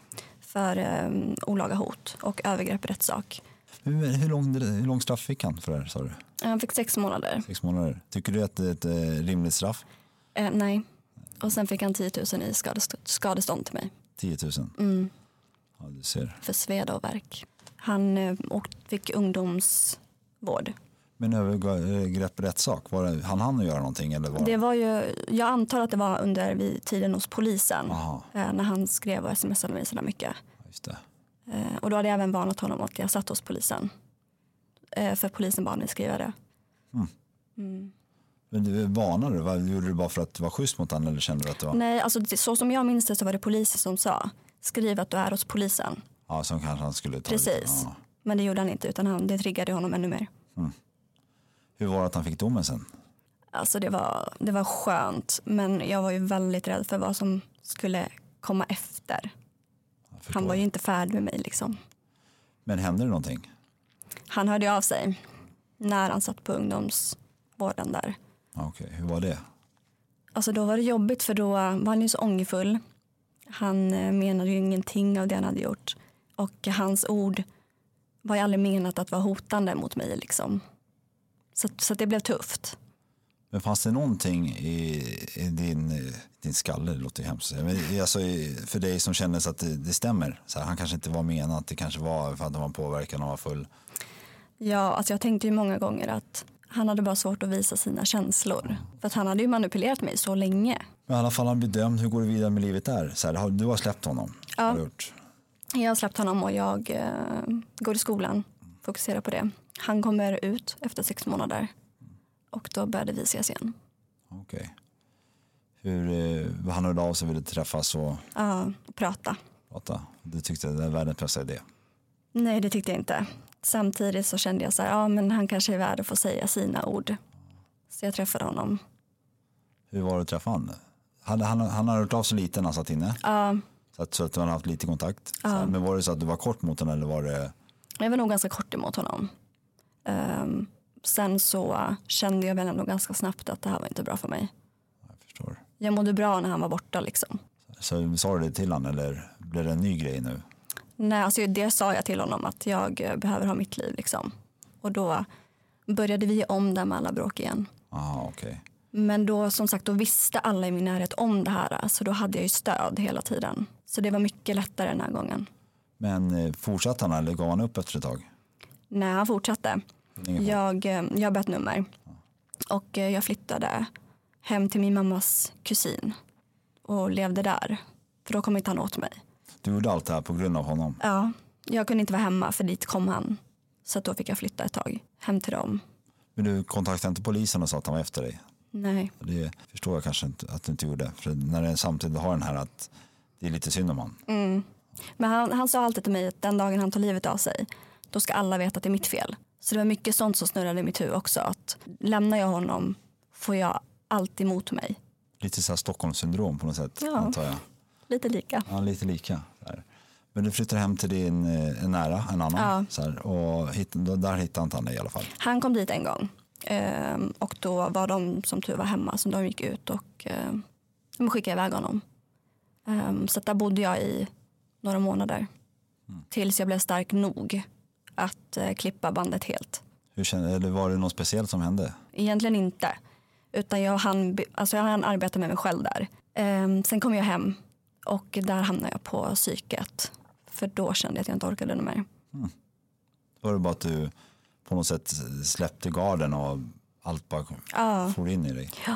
Speaker 4: för um, olaga hot och övergrepp i rättssak.
Speaker 3: Hur, hur, lång, hur lång straff fick han för det här, sa du?
Speaker 4: Han fick sex månader.
Speaker 3: Sex månader. Tycker du att det är ett eh, rimligt straff?
Speaker 4: Eh, nej. Och sen fick han tio tusen i skadest- skadestånd till mig.
Speaker 3: tio tusen?
Speaker 4: Mm.
Speaker 3: Ja, du ser.
Speaker 4: För sveda och verk. Han eh, och fick ungdomsvård.
Speaker 3: Men övergrepp i rättssak, var det, han hann att göra någonting? Eller var
Speaker 4: det var ju, jag antar att det var under vid tiden hos polisen.
Speaker 3: Aha.
Speaker 4: Eh, när han skrev och smsade mig sådär mycket.
Speaker 3: Just det.
Speaker 4: Eh, och då hade jag även varnat honom att jag satt hos polisen. Eh, för polisen bad mig skriva det.
Speaker 3: Mm.
Speaker 4: Mm.
Speaker 3: Men du varnade du? Vad gjorde du bara för att du var schysst mot honom eller kände du att det var?
Speaker 4: Nej, alltså det, så som jag minns det så var det polisen som sa skriv att du är hos polisen.
Speaker 3: Ja, som kanske han skulle ta.
Speaker 4: Precis,
Speaker 3: ja.
Speaker 4: Men det gjorde han inte utan han, det triggade honom ännu mer.
Speaker 3: Mm. Hur var det att han fick domen sen?
Speaker 4: Alltså det var, det var skönt, men jag var ju väldigt rädd för vad som skulle komma efter. Han var ju inte färdig med mig liksom.
Speaker 3: Men hände det någonting?
Speaker 4: Han hörde av sig när han satt på ungdomsvården där.
Speaker 3: Okej, okay. Hur var det?
Speaker 4: Alltså då var det jobbigt för då var han ju så ångerfull. Han menade ju ingenting av det han hade gjort. Och hans ord var ju aldrig menat att vara hotande mot mig liksom. Så, så det blev tufft.
Speaker 3: Men fanns det någonting i, i din, din skalle, det låter hemskt. Men alltså, för dig som kändes att det, det stämmer. Så här, han kanske inte var menat, det kanske var för att han var påverkad och var full.
Speaker 4: Ja, alltså jag tänkte ju många gånger att han hade bara svårt att visa sina känslor. För att han hade ju manipulerat mig så länge.
Speaker 3: Men i alla fall han blir dömd, hur går det vidare med livet där? Så här, du har släppt honom?
Speaker 4: Ja,
Speaker 3: har du gjort?
Speaker 4: Jag har släppt honom och jag eh, går i skolan, fokuserar på det. Han kommer ut efter sex månader och då började vi ses igen.
Speaker 3: Okej. Okay. Hur, eh, han hörde av sig, ville träffas och...
Speaker 4: Ja, och prata.
Speaker 3: Prata? Du tyckte det var världens bästa idé? Nej,
Speaker 4: det tyckte jag inte. Samtidigt så kände jag så här, ja men han kanske är värd att få säga sina ord. Så jag träffade honom.
Speaker 3: Hur var det att träffa honom? Han, han, han har hört av sig lite när han satt inne?
Speaker 4: Ja.
Speaker 3: Så att, så att du har haft lite kontakt?
Speaker 4: Ja.
Speaker 3: Så, men var det så att du var kort mot honom eller var det...
Speaker 4: Jag var nog ganska kort emot honom. Um, sen så kände jag väl ändå ganska snabbt att det här var inte bra för mig.
Speaker 3: Jag förstår.
Speaker 4: Jag mådde bra när han var borta liksom.
Speaker 3: Så, så sa du det till honom eller blev det en ny grej nu?
Speaker 4: Nej, alltså det sa jag till honom att jag behöver ha mitt liv liksom. Och då började vi om där med alla bråk igen.
Speaker 3: Aha, okej. Okay.
Speaker 4: Men då som sagt, då visste alla i min närhet om det här. Så då hade jag ju stöd hela tiden. Så det var mycket lättare den här gången.
Speaker 3: Men fortsatte han eller gav han upp efter ett tag?
Speaker 4: Nej, han fortsatte. Jag, jag bytte nummer. Och jag flyttade hem till min mammas kusin. Och levde där. För då kom inte han åt mig.
Speaker 3: Du gjorde allt det här på grund av honom?
Speaker 4: Ja, jag kunde inte vara hemma för dit kom han. Så då fick jag flytta ett tag hem till dem.
Speaker 3: Men du kontaktade inte polisen och sa att han var efter dig?
Speaker 4: Nej.
Speaker 3: Det förstår jag kanske inte att du inte gjorde. För när det samtidigt har den här att det är lite synd om han.
Speaker 4: Mm. Men han, han sa alltid till mig att den dagen han tar livet av sig, då ska alla veta att det är mitt fel. Så det var mycket sånt som snurrade i mitt huvud också. Att lämnar jag honom får jag allt emot mig.
Speaker 3: Lite så här Stockholmssyndrom på något sätt,
Speaker 4: ja,
Speaker 3: antar jag.
Speaker 4: Lite lika.
Speaker 3: Ja, lite lika. Där. Men du flyttar hem till din en nära, en annan.
Speaker 4: Ja.
Speaker 3: Så här, och hit, då, där hittade inte han dig i alla fall.
Speaker 4: Han kom dit en gång. Ehm, och då var de som tur var hemma. Så de gick ut och ehm, de skickade iväg honom. Ehm, så där bodde jag i några månader. Mm. Tills jag blev stark nog att eh, klippa bandet helt.
Speaker 3: Hur kände, eller var det något speciellt som hände?
Speaker 4: Egentligen inte. Utan jag hann, alltså jag hann arbeta med mig själv där. Ehm, sen kom jag hem. Och där hamnade jag på psyket. För då kände jag att jag inte orkade mer.
Speaker 3: Mm. Var det bara att du på något sätt släppte garden och allt bara
Speaker 4: ja.
Speaker 3: for in i dig?
Speaker 4: Ja.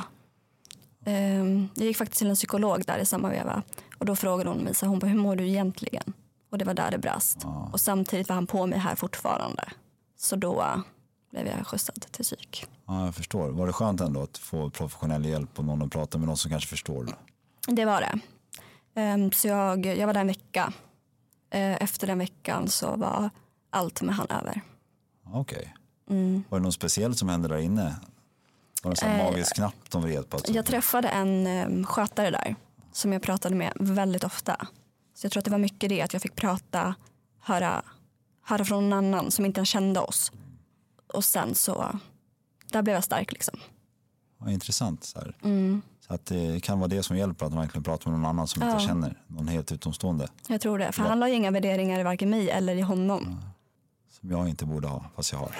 Speaker 4: Um, jag gick faktiskt till en psykolog där i samma veva. Och då frågade hon mig, så hon bara, hur mår du egentligen? Och det var där det brast. Ja. Och samtidigt var han på mig här fortfarande. Så då blev jag skjutsad till psyk.
Speaker 3: Ja, jag förstår. Var det skönt ändå att få professionell hjälp och någon att prata med någon som kanske förstår det?
Speaker 4: Det var det. Um, så jag, jag var där en vecka. Uh, efter den veckan så var allt med han över.
Speaker 3: Okej. Okay.
Speaker 4: Mm.
Speaker 3: Var det något speciellt som hände där inne? Var det en sån här
Speaker 4: Eh,
Speaker 3: magisk knapp de vred på?
Speaker 4: Jag träffade en eh, skötare där som jag pratade med väldigt ofta. Så jag tror att det var mycket det att jag fick prata, höra, höra från någon annan som inte kände oss. Och sen så, där blev jag stark liksom.
Speaker 3: Ja, intressant. Så, här.
Speaker 4: Mm.
Speaker 3: Så att det kan vara det som hjälper, att man verkligen pratar med någon annan som
Speaker 4: Ja.
Speaker 3: inte känner, någon helt utomstående.
Speaker 4: Jag tror det, för
Speaker 3: Ja.
Speaker 4: han la inga värderingar i varken mig eller i honom.
Speaker 3: Ja. Som jag inte borde ha, fast jag har.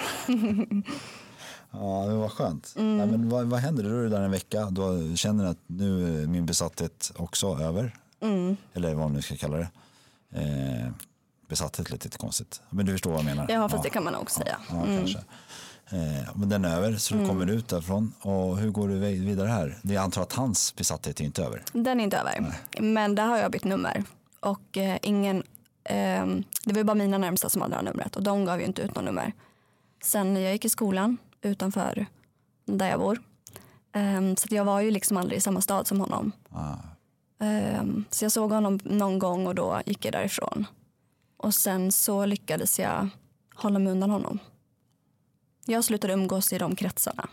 Speaker 3: Ja, det var skönt.
Speaker 4: Mm.
Speaker 3: Nej, men vad, vad händer? Du är där en vecka, du känner att nu är min besatthet också över.
Speaker 4: Mm.
Speaker 3: Eller vad man nu ska kalla det. Eh, besatthet lite, lite konstigt. Men du förstår vad jag menar.
Speaker 4: Ja, fast det kan man nog säga.
Speaker 3: Ja, ja
Speaker 4: Mm.
Speaker 3: kanske. Eh, men den är över, så du kommer ut därifrån. Och hur går du vidare här? Det jag antar att hans besatthet är inte över.
Speaker 4: Den är inte över.
Speaker 3: Nej.
Speaker 4: Men där har jag bytt nummer. Och eh, ingen, eh, det var ju bara mina närmsta som hade det här numret. Och de gav ju inte ut något nummer. Sen jag gick i skolan utanför där jag bor. Eh, så att jag var ju liksom aldrig i samma stad som honom.
Speaker 3: Ah.
Speaker 4: Eh, så jag såg honom någon gång och då gick jag därifrån. Och sen så lyckades jag hålla mig undan honom. Jag slutade umgås i de kretsarna.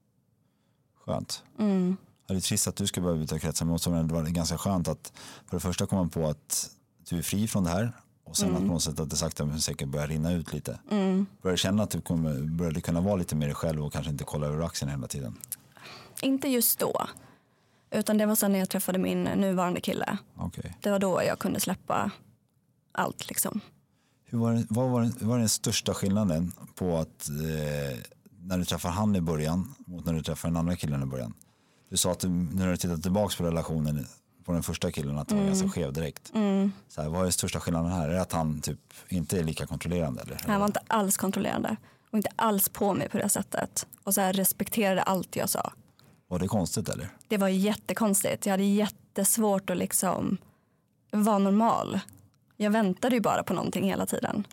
Speaker 3: Skönt.
Speaker 4: Mm.
Speaker 3: Det är trist att du ska börja byta kretsar, men också det var ganska skönt att för det första komma på att du är fri från det här, och sen
Speaker 4: Mm.
Speaker 3: att på något sätt att det sakta men säkert börjar rinna ut lite.
Speaker 4: Mm.
Speaker 3: Börjar känna att du kommer, börjar kunna vara lite mer dig själv och kanske inte kolla över axeln hela tiden.
Speaker 4: Inte just då. Utan det var sen när jag träffade min nuvarande kille.
Speaker 3: Okej.
Speaker 4: Det var då jag kunde släppa allt liksom.
Speaker 3: Hur var, det, vad var, det, vad var den största skillnaden på att eh, när du träffar han i början mot när du träffar den andra killen i början? Du sa att du, när du tittar tillbaka på relationen på den första killen, att det var
Speaker 4: Mm.
Speaker 3: ganska skev direkt.
Speaker 4: Mm.
Speaker 3: Så här, vad är den största skillnaden här? Är det att han typ inte är lika kontrollerande? Eller?
Speaker 4: Han var inte alls kontrollerande. Och inte alls på mig på det sättet. Och så här respekterade allt jag sa.
Speaker 3: Var det konstigt eller?
Speaker 4: Det var jättekonstigt. Jag hade jättesvårt att liksom vara normal. Jag väntade ju bara på någonting hela tiden.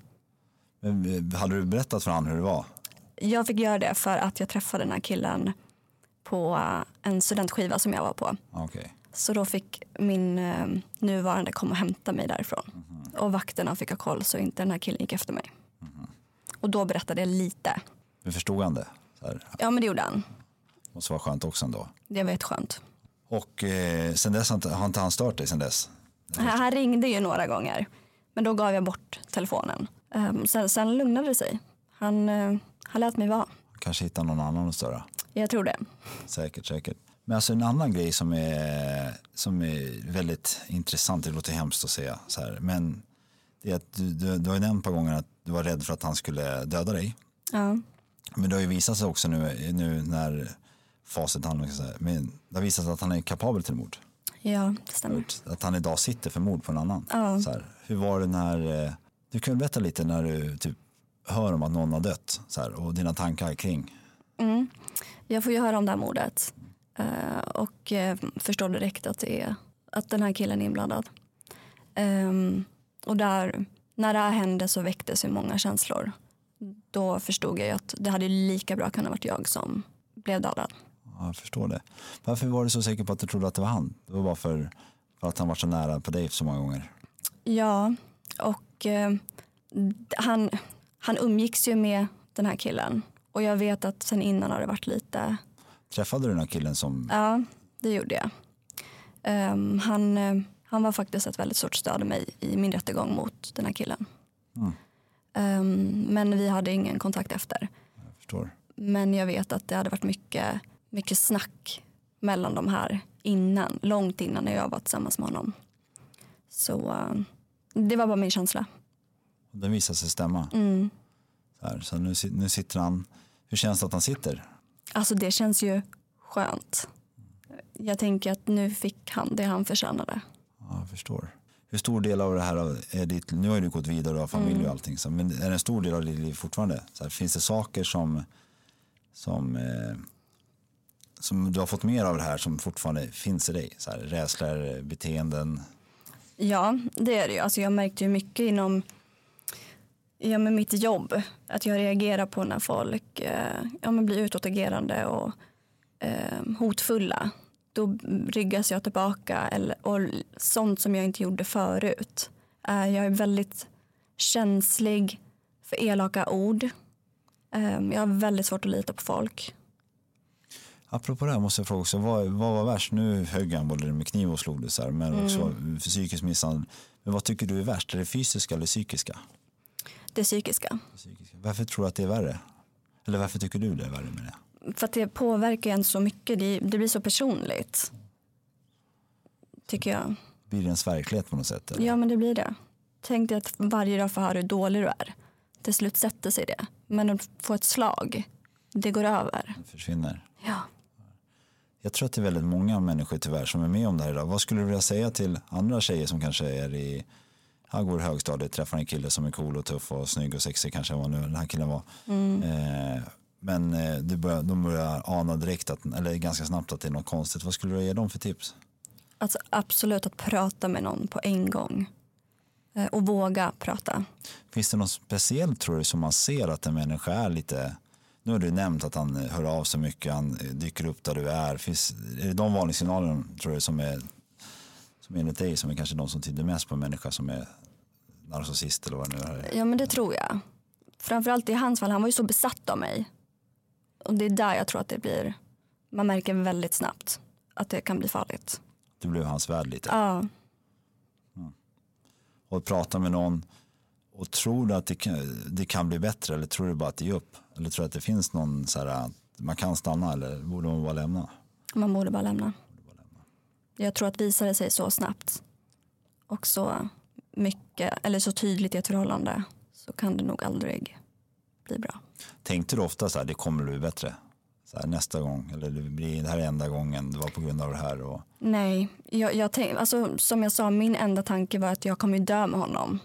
Speaker 3: Men, hade du berättat för han hur det var?
Speaker 4: Jag fick göra det för att jag träffade den här killen på en studentskiva som jag var på.
Speaker 3: Okej.
Speaker 4: Så då fick min eh, nuvarande komma och hämta mig därifrån.
Speaker 3: Mm-hmm.
Speaker 4: Och vakterna fick ha koll så inte den här killen gick efter mig. Mm-hmm. Och då berättade jag lite.
Speaker 3: Men förstod han det? Så här,
Speaker 4: Ja, men det gjorde han.
Speaker 3: måste vara skönt också ändå.
Speaker 4: Det var jätteskönt.
Speaker 3: Och eh, sen dess har inte, har inte han stört dig sen dess?
Speaker 4: Han, han ringde ju några gånger. Men då gav jag bort telefonen. Um, sen, sen lugnade det sig. Han, uh, han lät mig vara.
Speaker 3: Kanske hitta någon annan att störa?
Speaker 4: Jag tror det.
Speaker 3: Säkert, säkert. Men alltså en annan grej som är, som är väldigt intressant, det låter hemskt att säga så här, men det är att du, du, du har ju nämnt ett par gånger att du var rädd för att han skulle döda dig.
Speaker 4: Ja.
Speaker 3: Men det har ju visat sig också nu, nu när facit handlar, men det har visat sig att han är kapabel till mord.
Speaker 4: Ja, det stämmer.
Speaker 3: Att han idag sitter för mord på en annan.
Speaker 4: Ja.
Speaker 3: Så här, hur var det när, du kan berätta lite när du typ hör om att någon har dött så här, och dina tankar kring.
Speaker 4: Mm. Jag får ju höra om det här mordet. Uh, och uh, förstår direkt att, det är, att den här killen är inblandad. Um, och där, när det här hände så väcktes ju många känslor. Då förstod jag ju att det hade lika bra kunnat varit jag som blev dödad.
Speaker 3: Ja, jag förstår det. Varför var du så säker på att du trodde att det var han? Det var bara för, för att han var så nära på dig så många gånger.
Speaker 4: Ja, och uh, han, han umgicks ju med den här killen. Och jag vet att sen innan har det varit lite...
Speaker 3: Träffade du den här killen som...
Speaker 4: Ja, det gjorde jag. Um, han, uh, han var faktiskt ett väldigt stort stöd i mig i min rättegång mot den här killen.
Speaker 3: Mm.
Speaker 4: Um, men vi hade ingen kontakt efter.
Speaker 3: Jag förstår.
Speaker 4: Men jag vet att det hade varit mycket, mycket snack mellan de här innan, långt innan när jag var tillsammans med honom. Så uh, det var bara min känsla.
Speaker 3: Den visade sig stämma.
Speaker 4: Mm.
Speaker 3: Så, här, så nu, nu sitter han... Hur känns det att han sitter?
Speaker 4: Alltså det känns ju skönt. Jag tänker att nu fick han det han förtjänade.
Speaker 3: Ja, jag förstår. Hur stor del av det här är ditt... Nu har ju du gått vidare och har familj
Speaker 4: Mm.
Speaker 3: och allting. Så, men är det en stor del av ditt liv fortfarande? Så här, finns det saker som... Som, eh, som du har fått mer av det här som fortfarande finns i dig? Så här, rädslor, beteenden...
Speaker 4: Ja, det är det ju. Alltså jag märkte ju mycket inom ja, med mitt jobb. Att jag reagerar på när folk eh, ja, men blir utåtagerande och eh, hotfulla. Då ryggas jag tillbaka. Eller, och sånt som jag inte gjorde förut. Eh, jag är väldigt känslig för elaka ord. Um, jag har väldigt svårt att lita på folk.
Speaker 3: Apropå det här måste jag fråga också, vad, vad var värst? Nu högg han både med kniv och slog det så här, men mm. också psykisk misshandel. Men vad tycker du är värst? Är det fysiska eller psykiska?
Speaker 4: Det psykiska.
Speaker 3: Det psykiska. Varför tror du att det är värre? Eller varför tycker du det är värre med det?
Speaker 4: För att det påverkar en så mycket. Det, det blir så personligt. Tycker jag.
Speaker 3: Blir det ens verklighet på något sätt? Eller?
Speaker 4: Ja, men det blir det. Tänk dig att varje dag får höra hur dålig du är. Till slut sätter sig det. Men att få ett slag, det går över.
Speaker 3: Det försvinner.
Speaker 4: Ja.
Speaker 3: Jag tror att det är väldigt många människor tyvärr som är med om det här idag. Vad skulle du vilja säga till andra tjejer som kanske är i, här går i högstadiet, träffar en kille som är cool och tuff och snygg och sexig kanske vad nu den här killen var. Mm. Eh, men eh, du börjar, de börjar ana direkt, att, eller ganska snabbt att det är något konstigt. Vad skulle du ge dem för tips?
Speaker 4: Alltså absolut att prata med någon på en gång. Eh, och våga prata.
Speaker 3: Finns det något speciellt tror du som man ser att en människa är lite... Nu har du nämnt att han hör av sig mycket, han dyker upp där du är. Finns, är det de varningssignalerna tror du som är som enligt dig som är kanske de som tyder mest på en människa som är narcissist eller vad det nu är?
Speaker 4: Ja, men det tror jag. Framförallt i hans fall, han var ju så besatt av mig. Och det är där jag tror att det blir, man märker väldigt snabbt att det kan bli farligt.
Speaker 3: Du blev hans värld lite?
Speaker 4: Ja.
Speaker 3: Mm. Och prata med någon och tror du att det kan, det kan bli bättre eller tror du bara att det är upp? Eller tror du att det finns någon så här, man kan stanna eller borde man bara lämna?
Speaker 4: Man borde bara lämna. Borde bara lämna. Jag tror att visar det sig så snabbt och så mycket, eller så tydligt i ett förhållande så kan det nog aldrig bli bra.
Speaker 3: Tänkte du ofta så här, det kommer bli bättre? Så här, nästa gång, eller det blir det här enda gången, det var på grund av det här? Och...
Speaker 4: Nej, jag, jag tänk, alltså, som jag sa, min enda tanke var att jag kommer dö med honom.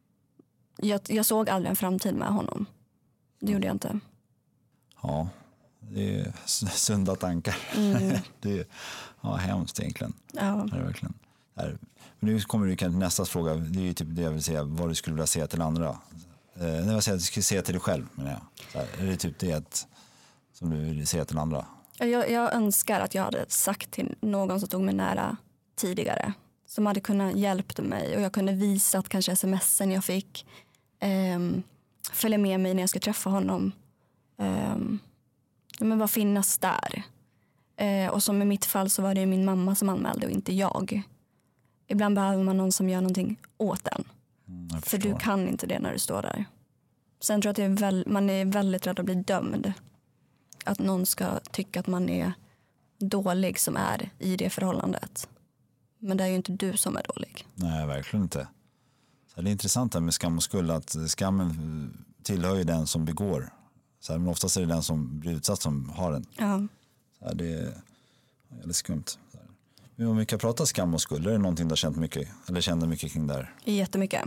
Speaker 4: Jag, jag såg aldrig en framtid med honom. Det gjorde jag inte.
Speaker 3: Ja, det är sunda tankar. Mm. Det är ja, hemskt egentligen. Ja. Det är verkligen. Men nu kommer du till nästa fråga. Det är ju typ det jag vill säga, vad du skulle vilja säga till andra. Eh, när jag säger att du skulle säga till dig själv, menar jag. Så här, är det typ det att, som du vill säga till andra?
Speaker 4: Jag, jag önskar att jag hade sagt till någon som tog mig nära tidigare. Som hade kunnat hjälpa mig och jag kunde visa att kanske smsen jag fick eh, följa med mig när jag ska träffa honom. Eh, men vad finnas där? Eh, och som i mitt fall så var det min mamma som anmälde och inte jag. Ibland behöver man någon som gör någonting åt den. Mm, för du kan inte det när du står där. Sen tror jag att det är väl, man är väldigt rädd att bli dömd. Att någon ska tycka att man är dålig som är i det förhållandet. Men det är ju inte du som är dålig.
Speaker 3: Nej, verkligen inte. Så det är intressant här med skam och skuld. Att skammen tillhör ju den som begår. Så här, men oftast är det den som blir utsatt som har den.
Speaker 4: Ja.
Speaker 3: Så här, det är väldigt skumt. Så här. Men om vi kan prata skam och skuld, är det någonting du har känt mycket? Eller kände mycket kring där?
Speaker 4: Jättemycket.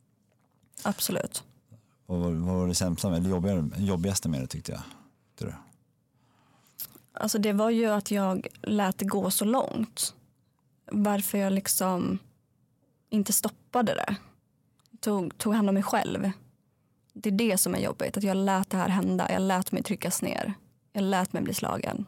Speaker 4: Absolut.
Speaker 3: Vad var, vad var det sämsta med? Eller jobbigaste med det tyckte jag? Tyckte du?
Speaker 4: Alltså det var ju att jag lät det gå så långt. Varför jag liksom inte stoppade det. Tog, tog hand om mig själv. Det är det som är jobbigt. Att jag lät det här hända. Jag lät mig tryckas ner. Jag lät mig bli slagen.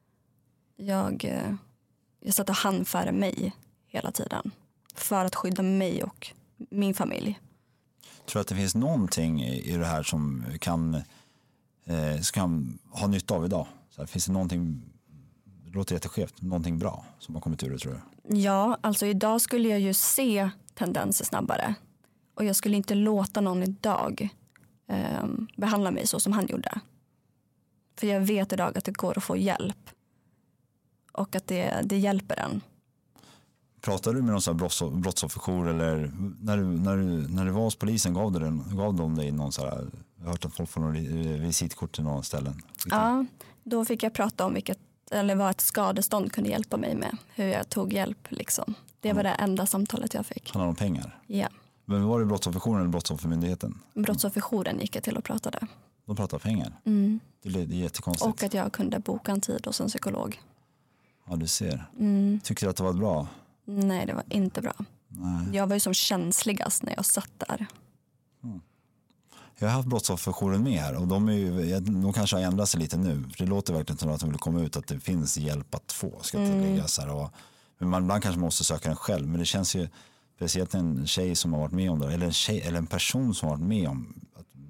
Speaker 4: Jag, jag satte hand före mig hela tiden. För att skydda mig och min familj.
Speaker 3: Tror du att det finns någonting i det här som kan, eh, kan ha nytta av idag? Så här, finns det någonting, det låter jätteskevt, någonting bra som har kommit ur det tror du?
Speaker 4: Ja, alltså idag skulle jag ju se tendenser snabbare. Och jag skulle inte låta någon idag eh, behandla mig så som han gjorde. För jag vet idag att det går att få hjälp. Och att det, det hjälper en. Pratar du med någon sån här brottsofferjour eller när du, när, du, när du var hos polisen gav, du den, gav de dig någon sån här, jag har hört att folk får någon visitkort till någon ställen? Ja, då fick jag prata om vilket, eller vad ett skadestånd kunde hjälpa mig med. Hur jag tog hjälp liksom. Det var det enda samtalet jag fick.
Speaker 3: Handlar det om pengar?
Speaker 4: Ja.
Speaker 3: Men var det brottsofferjouren eller brottsoffermyndigheten?
Speaker 4: Brottsofferjouren gick jag till och pratade.
Speaker 3: De pratade pengar?
Speaker 4: Mm.
Speaker 3: Det, det är jättekonstigt.
Speaker 4: Och att jag kunde boka en tid hos en psykolog.
Speaker 3: Ja, du ser.
Speaker 4: Mm.
Speaker 3: Tyckte du att det var bra?
Speaker 4: Nej, det var inte bra.
Speaker 3: Nej.
Speaker 4: Jag var ju som känsligast när jag satt där.
Speaker 3: Mm. Jag har haft brottsofferjouren med här och de, är ju, de kanske har ändrat sig lite nu. För det låter verkligen som att de vill komma ut att det finns hjälp att få. Ska mm. tilläggas här. Och, men man ibland kanske måste söka den själv. Men det känns ju, speciellt en tjej som har varit med om det, eller en, tjej, eller en person som har varit med om att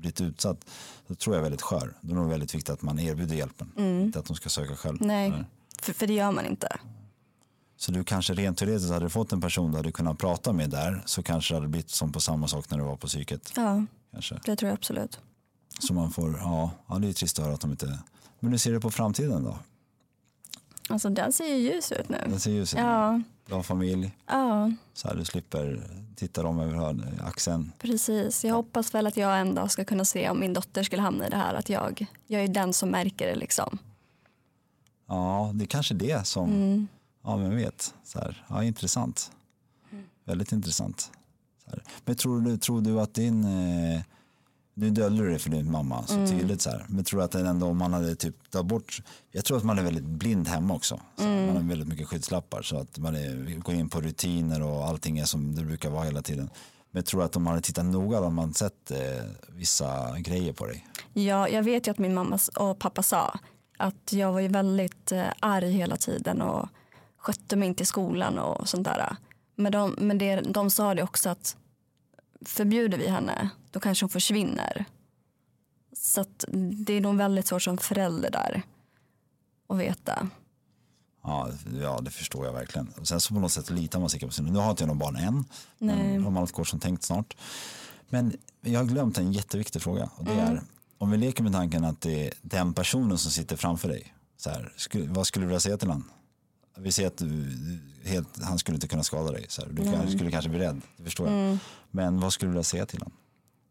Speaker 3: blivit utsatt, då tror jag är väldigt skör. Då är det väldigt viktigt att man erbjuder hjälpen. Mm. Inte att de ska söka själv.
Speaker 4: Nej, Nej. För, för det gör man inte.
Speaker 3: Så du kanske rent teoretiskt hade fått en person där du kunnat prata med där, så kanske det hade blivit som på samma sak när du var på psyket.
Speaker 4: Ja,
Speaker 3: kanske.
Speaker 4: Det tror jag absolut.
Speaker 3: Så man får, ja, ja, det är trist att höra att de inte... Men hur ser det på framtiden då?
Speaker 4: Alltså den ser ju ljus ut nu.
Speaker 3: Den ser ljus ut.
Speaker 4: Ja.
Speaker 3: Du har familj.
Speaker 4: Ja.
Speaker 3: Så här du slipper titta dem över axeln.
Speaker 4: Precis, jag hoppas väl att jag en dag ska kunna se om min dotter skulle hamna i det här. Att jag, jag är den som märker det liksom.
Speaker 3: Ja, det är kanske det som... Mm. Ja, men vet. Så här, ja, intressant. Mm. Väldigt intressant. Så här. Men tror du, tror du att din... Eh, nu döljer du det för din mamma så mm. tydligt så här. Men tror du att den ändå, om man hade typ tagit bort... Jag tror att man är väldigt blind hemma också. Så mm. Man har väldigt mycket skyddslappar. Så att man är, går in på rutiner och allting är som det brukar vara hela tiden. Men jag tror att om man hade tittat noga då man sett eh, vissa grejer på dig.
Speaker 4: Ja, jag vet ju att min mamma och pappa sa att jag var ju väldigt eh, arg hela tiden och skötte mig inte i skolan och sånt där. Men de, men det, de sa det också att förbjuder vi henne, då kanske hon försvinner. Så att det är nog väldigt svårt som förälder där att veta.
Speaker 3: Ja, ja, det förstår jag verkligen. Sen så på något sätt litar man sig på sin. Nu har inte jag någon barn än. Nej. Om allt går som tänkt snart. Men jag har glömt en jätteviktig fråga. Och det mm. är, om vi leker med tanken att det är den personen som sitter framför dig. Så här, skulle, vad skulle du vilja säga till honom? Vi ser att du, helt, han skulle inte kunna skada dig. Så här. Du mm. skulle kanske bli rädd, det förstår jag. Mm. Men vad skulle du vilja säga till honom?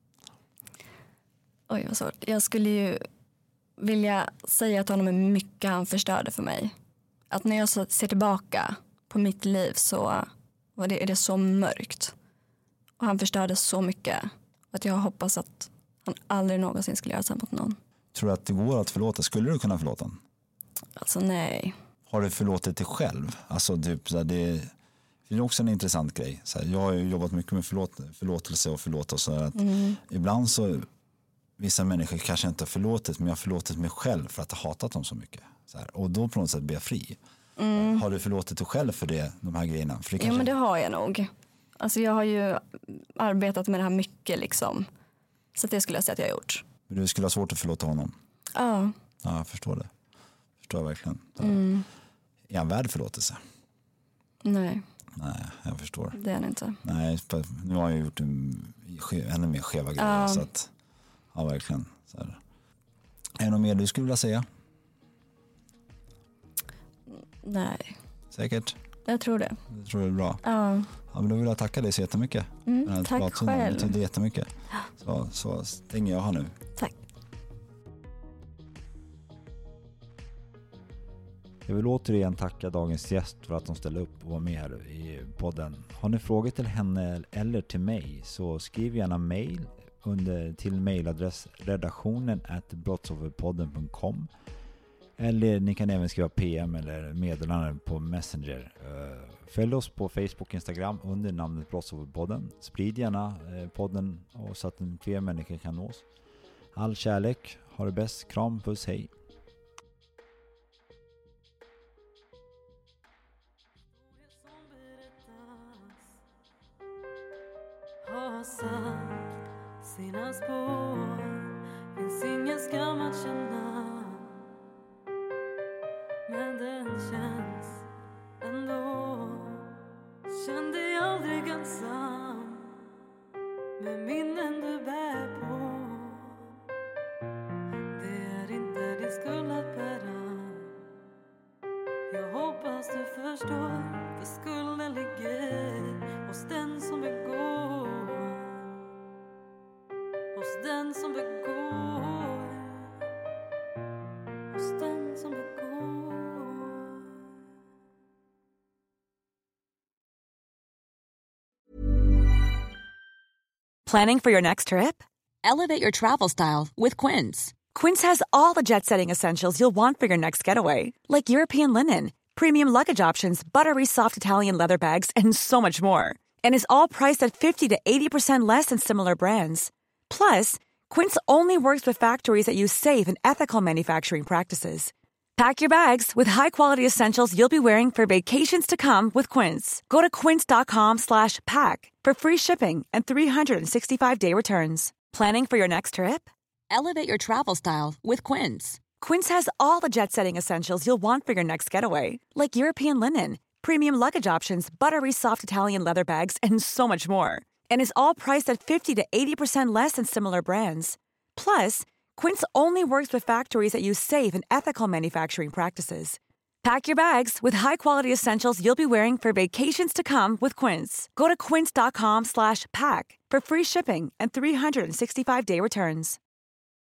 Speaker 4: Oj, vad svårt. Jag skulle ju vilja säga till honom hur mycket han förstörde för mig. Att när jag så ser tillbaka på mitt liv så var det, är det så mörkt. Och han förstörde så mycket. Att jag hoppas att han aldrig någonsin skulle göra så mot någon.
Speaker 3: Tror du att det går att förlåta? Skulle du kunna förlåta honom?
Speaker 4: Alltså nej.
Speaker 3: Har du förlåtit dig själv? Alltså typ, så här, det, det är också en intressant grej. Så här, jag har ju jobbat mycket med förlåt, förlåtelse och förlåta. Så att mm. ibland så, vissa människor kanske inte har förlåtit, men jag har förlåtit mig själv för att ha hatat dem så mycket. Så här, och då på något sätt blir jag fri. Mm. Har du förlåtit dig själv för det, de här grejerna? För det kanske...
Speaker 4: Ja, men det har jag nog. Alltså jag har ju arbetat med det här mycket liksom. Så det skulle jag säga att jag har gjort.
Speaker 3: Men du skulle ha svårt att förlåta honom?
Speaker 4: Ja.
Speaker 3: Ja, jag förstår det. Förstår jag verkligen.
Speaker 4: Mm.
Speaker 3: Är han värd förlåtelse?
Speaker 4: Nej.
Speaker 3: Nej, jag förstår.
Speaker 4: Det är han inte.
Speaker 3: Nej, nu har jag gjort en, ännu mer skeva grejer.
Speaker 4: Ja.
Speaker 3: Så att, ja, verkligen. Så här. Är det något mer du skulle vilja säga?
Speaker 4: Nej.
Speaker 3: Säkert?
Speaker 4: Jag tror det.
Speaker 3: Jag tror det är bra.
Speaker 4: Ja.
Speaker 3: Ja, men då vill jag tacka dig så jättemycket.
Speaker 4: Mm, tack själv.
Speaker 3: Det är jättemycket. Så, så stänger jag här nu.
Speaker 4: Tack.
Speaker 3: Jag vill återigen tacka dagens gäst för att de ställde upp och var med här i podden. Har ni frågor till henne eller till mig så skriv gärna mejl under till mejladress redaktionen at brottsofferpodden punkt com. Eller ni kan även skriva P M eller meddelanden på Messenger. Följ oss på Facebook och Instagram under namnet Brottsofferpodden. Sprid gärna podden och så att fler människor kan nås. All kärlek, ha det bäst, kram, puss, hej.
Speaker 6: Har satt sina spår, finns ingen skam att känna. Men den känns ändå. Känn dig aldrig ensam med minnen du bär på. Det är inte din skuld att bära. Jag hoppas du förstår, för skulden ligger hos den som begår. Hos den som begår. Hos den som begår.
Speaker 7: Planning for your next trip? Elevate your travel style with Quince. Quince has all the jet-setting essentials you'll want for your next getaway, like European linen, premium luggage options, buttery soft Italian leather bags, and so much more. And is all priced at fifty to eighty percent less than similar brands. Plus, Quince only works with factories that use safe and ethical manufacturing practices. Pack your bags with high-quality essentials you'll be wearing for vacations to come with Quince. Go to quince dot com slash pack for free shipping and three sixty-five day returns. Planning for your next trip? Elevate your travel style with Quince. Quince has all the jet-setting essentials you'll want for your next getaway, like European linen, premium luggage options, buttery soft Italian leather bags, and so much more. And is all priced at fifty to eighty percent less than similar brands. Plus, Quince only works with factories that use safe and ethical manufacturing practices. Pack your bags with high-quality essentials you'll be wearing for vacations to come with Quince. Go to quince.com slash pack for free shipping and three sixty-five day returns.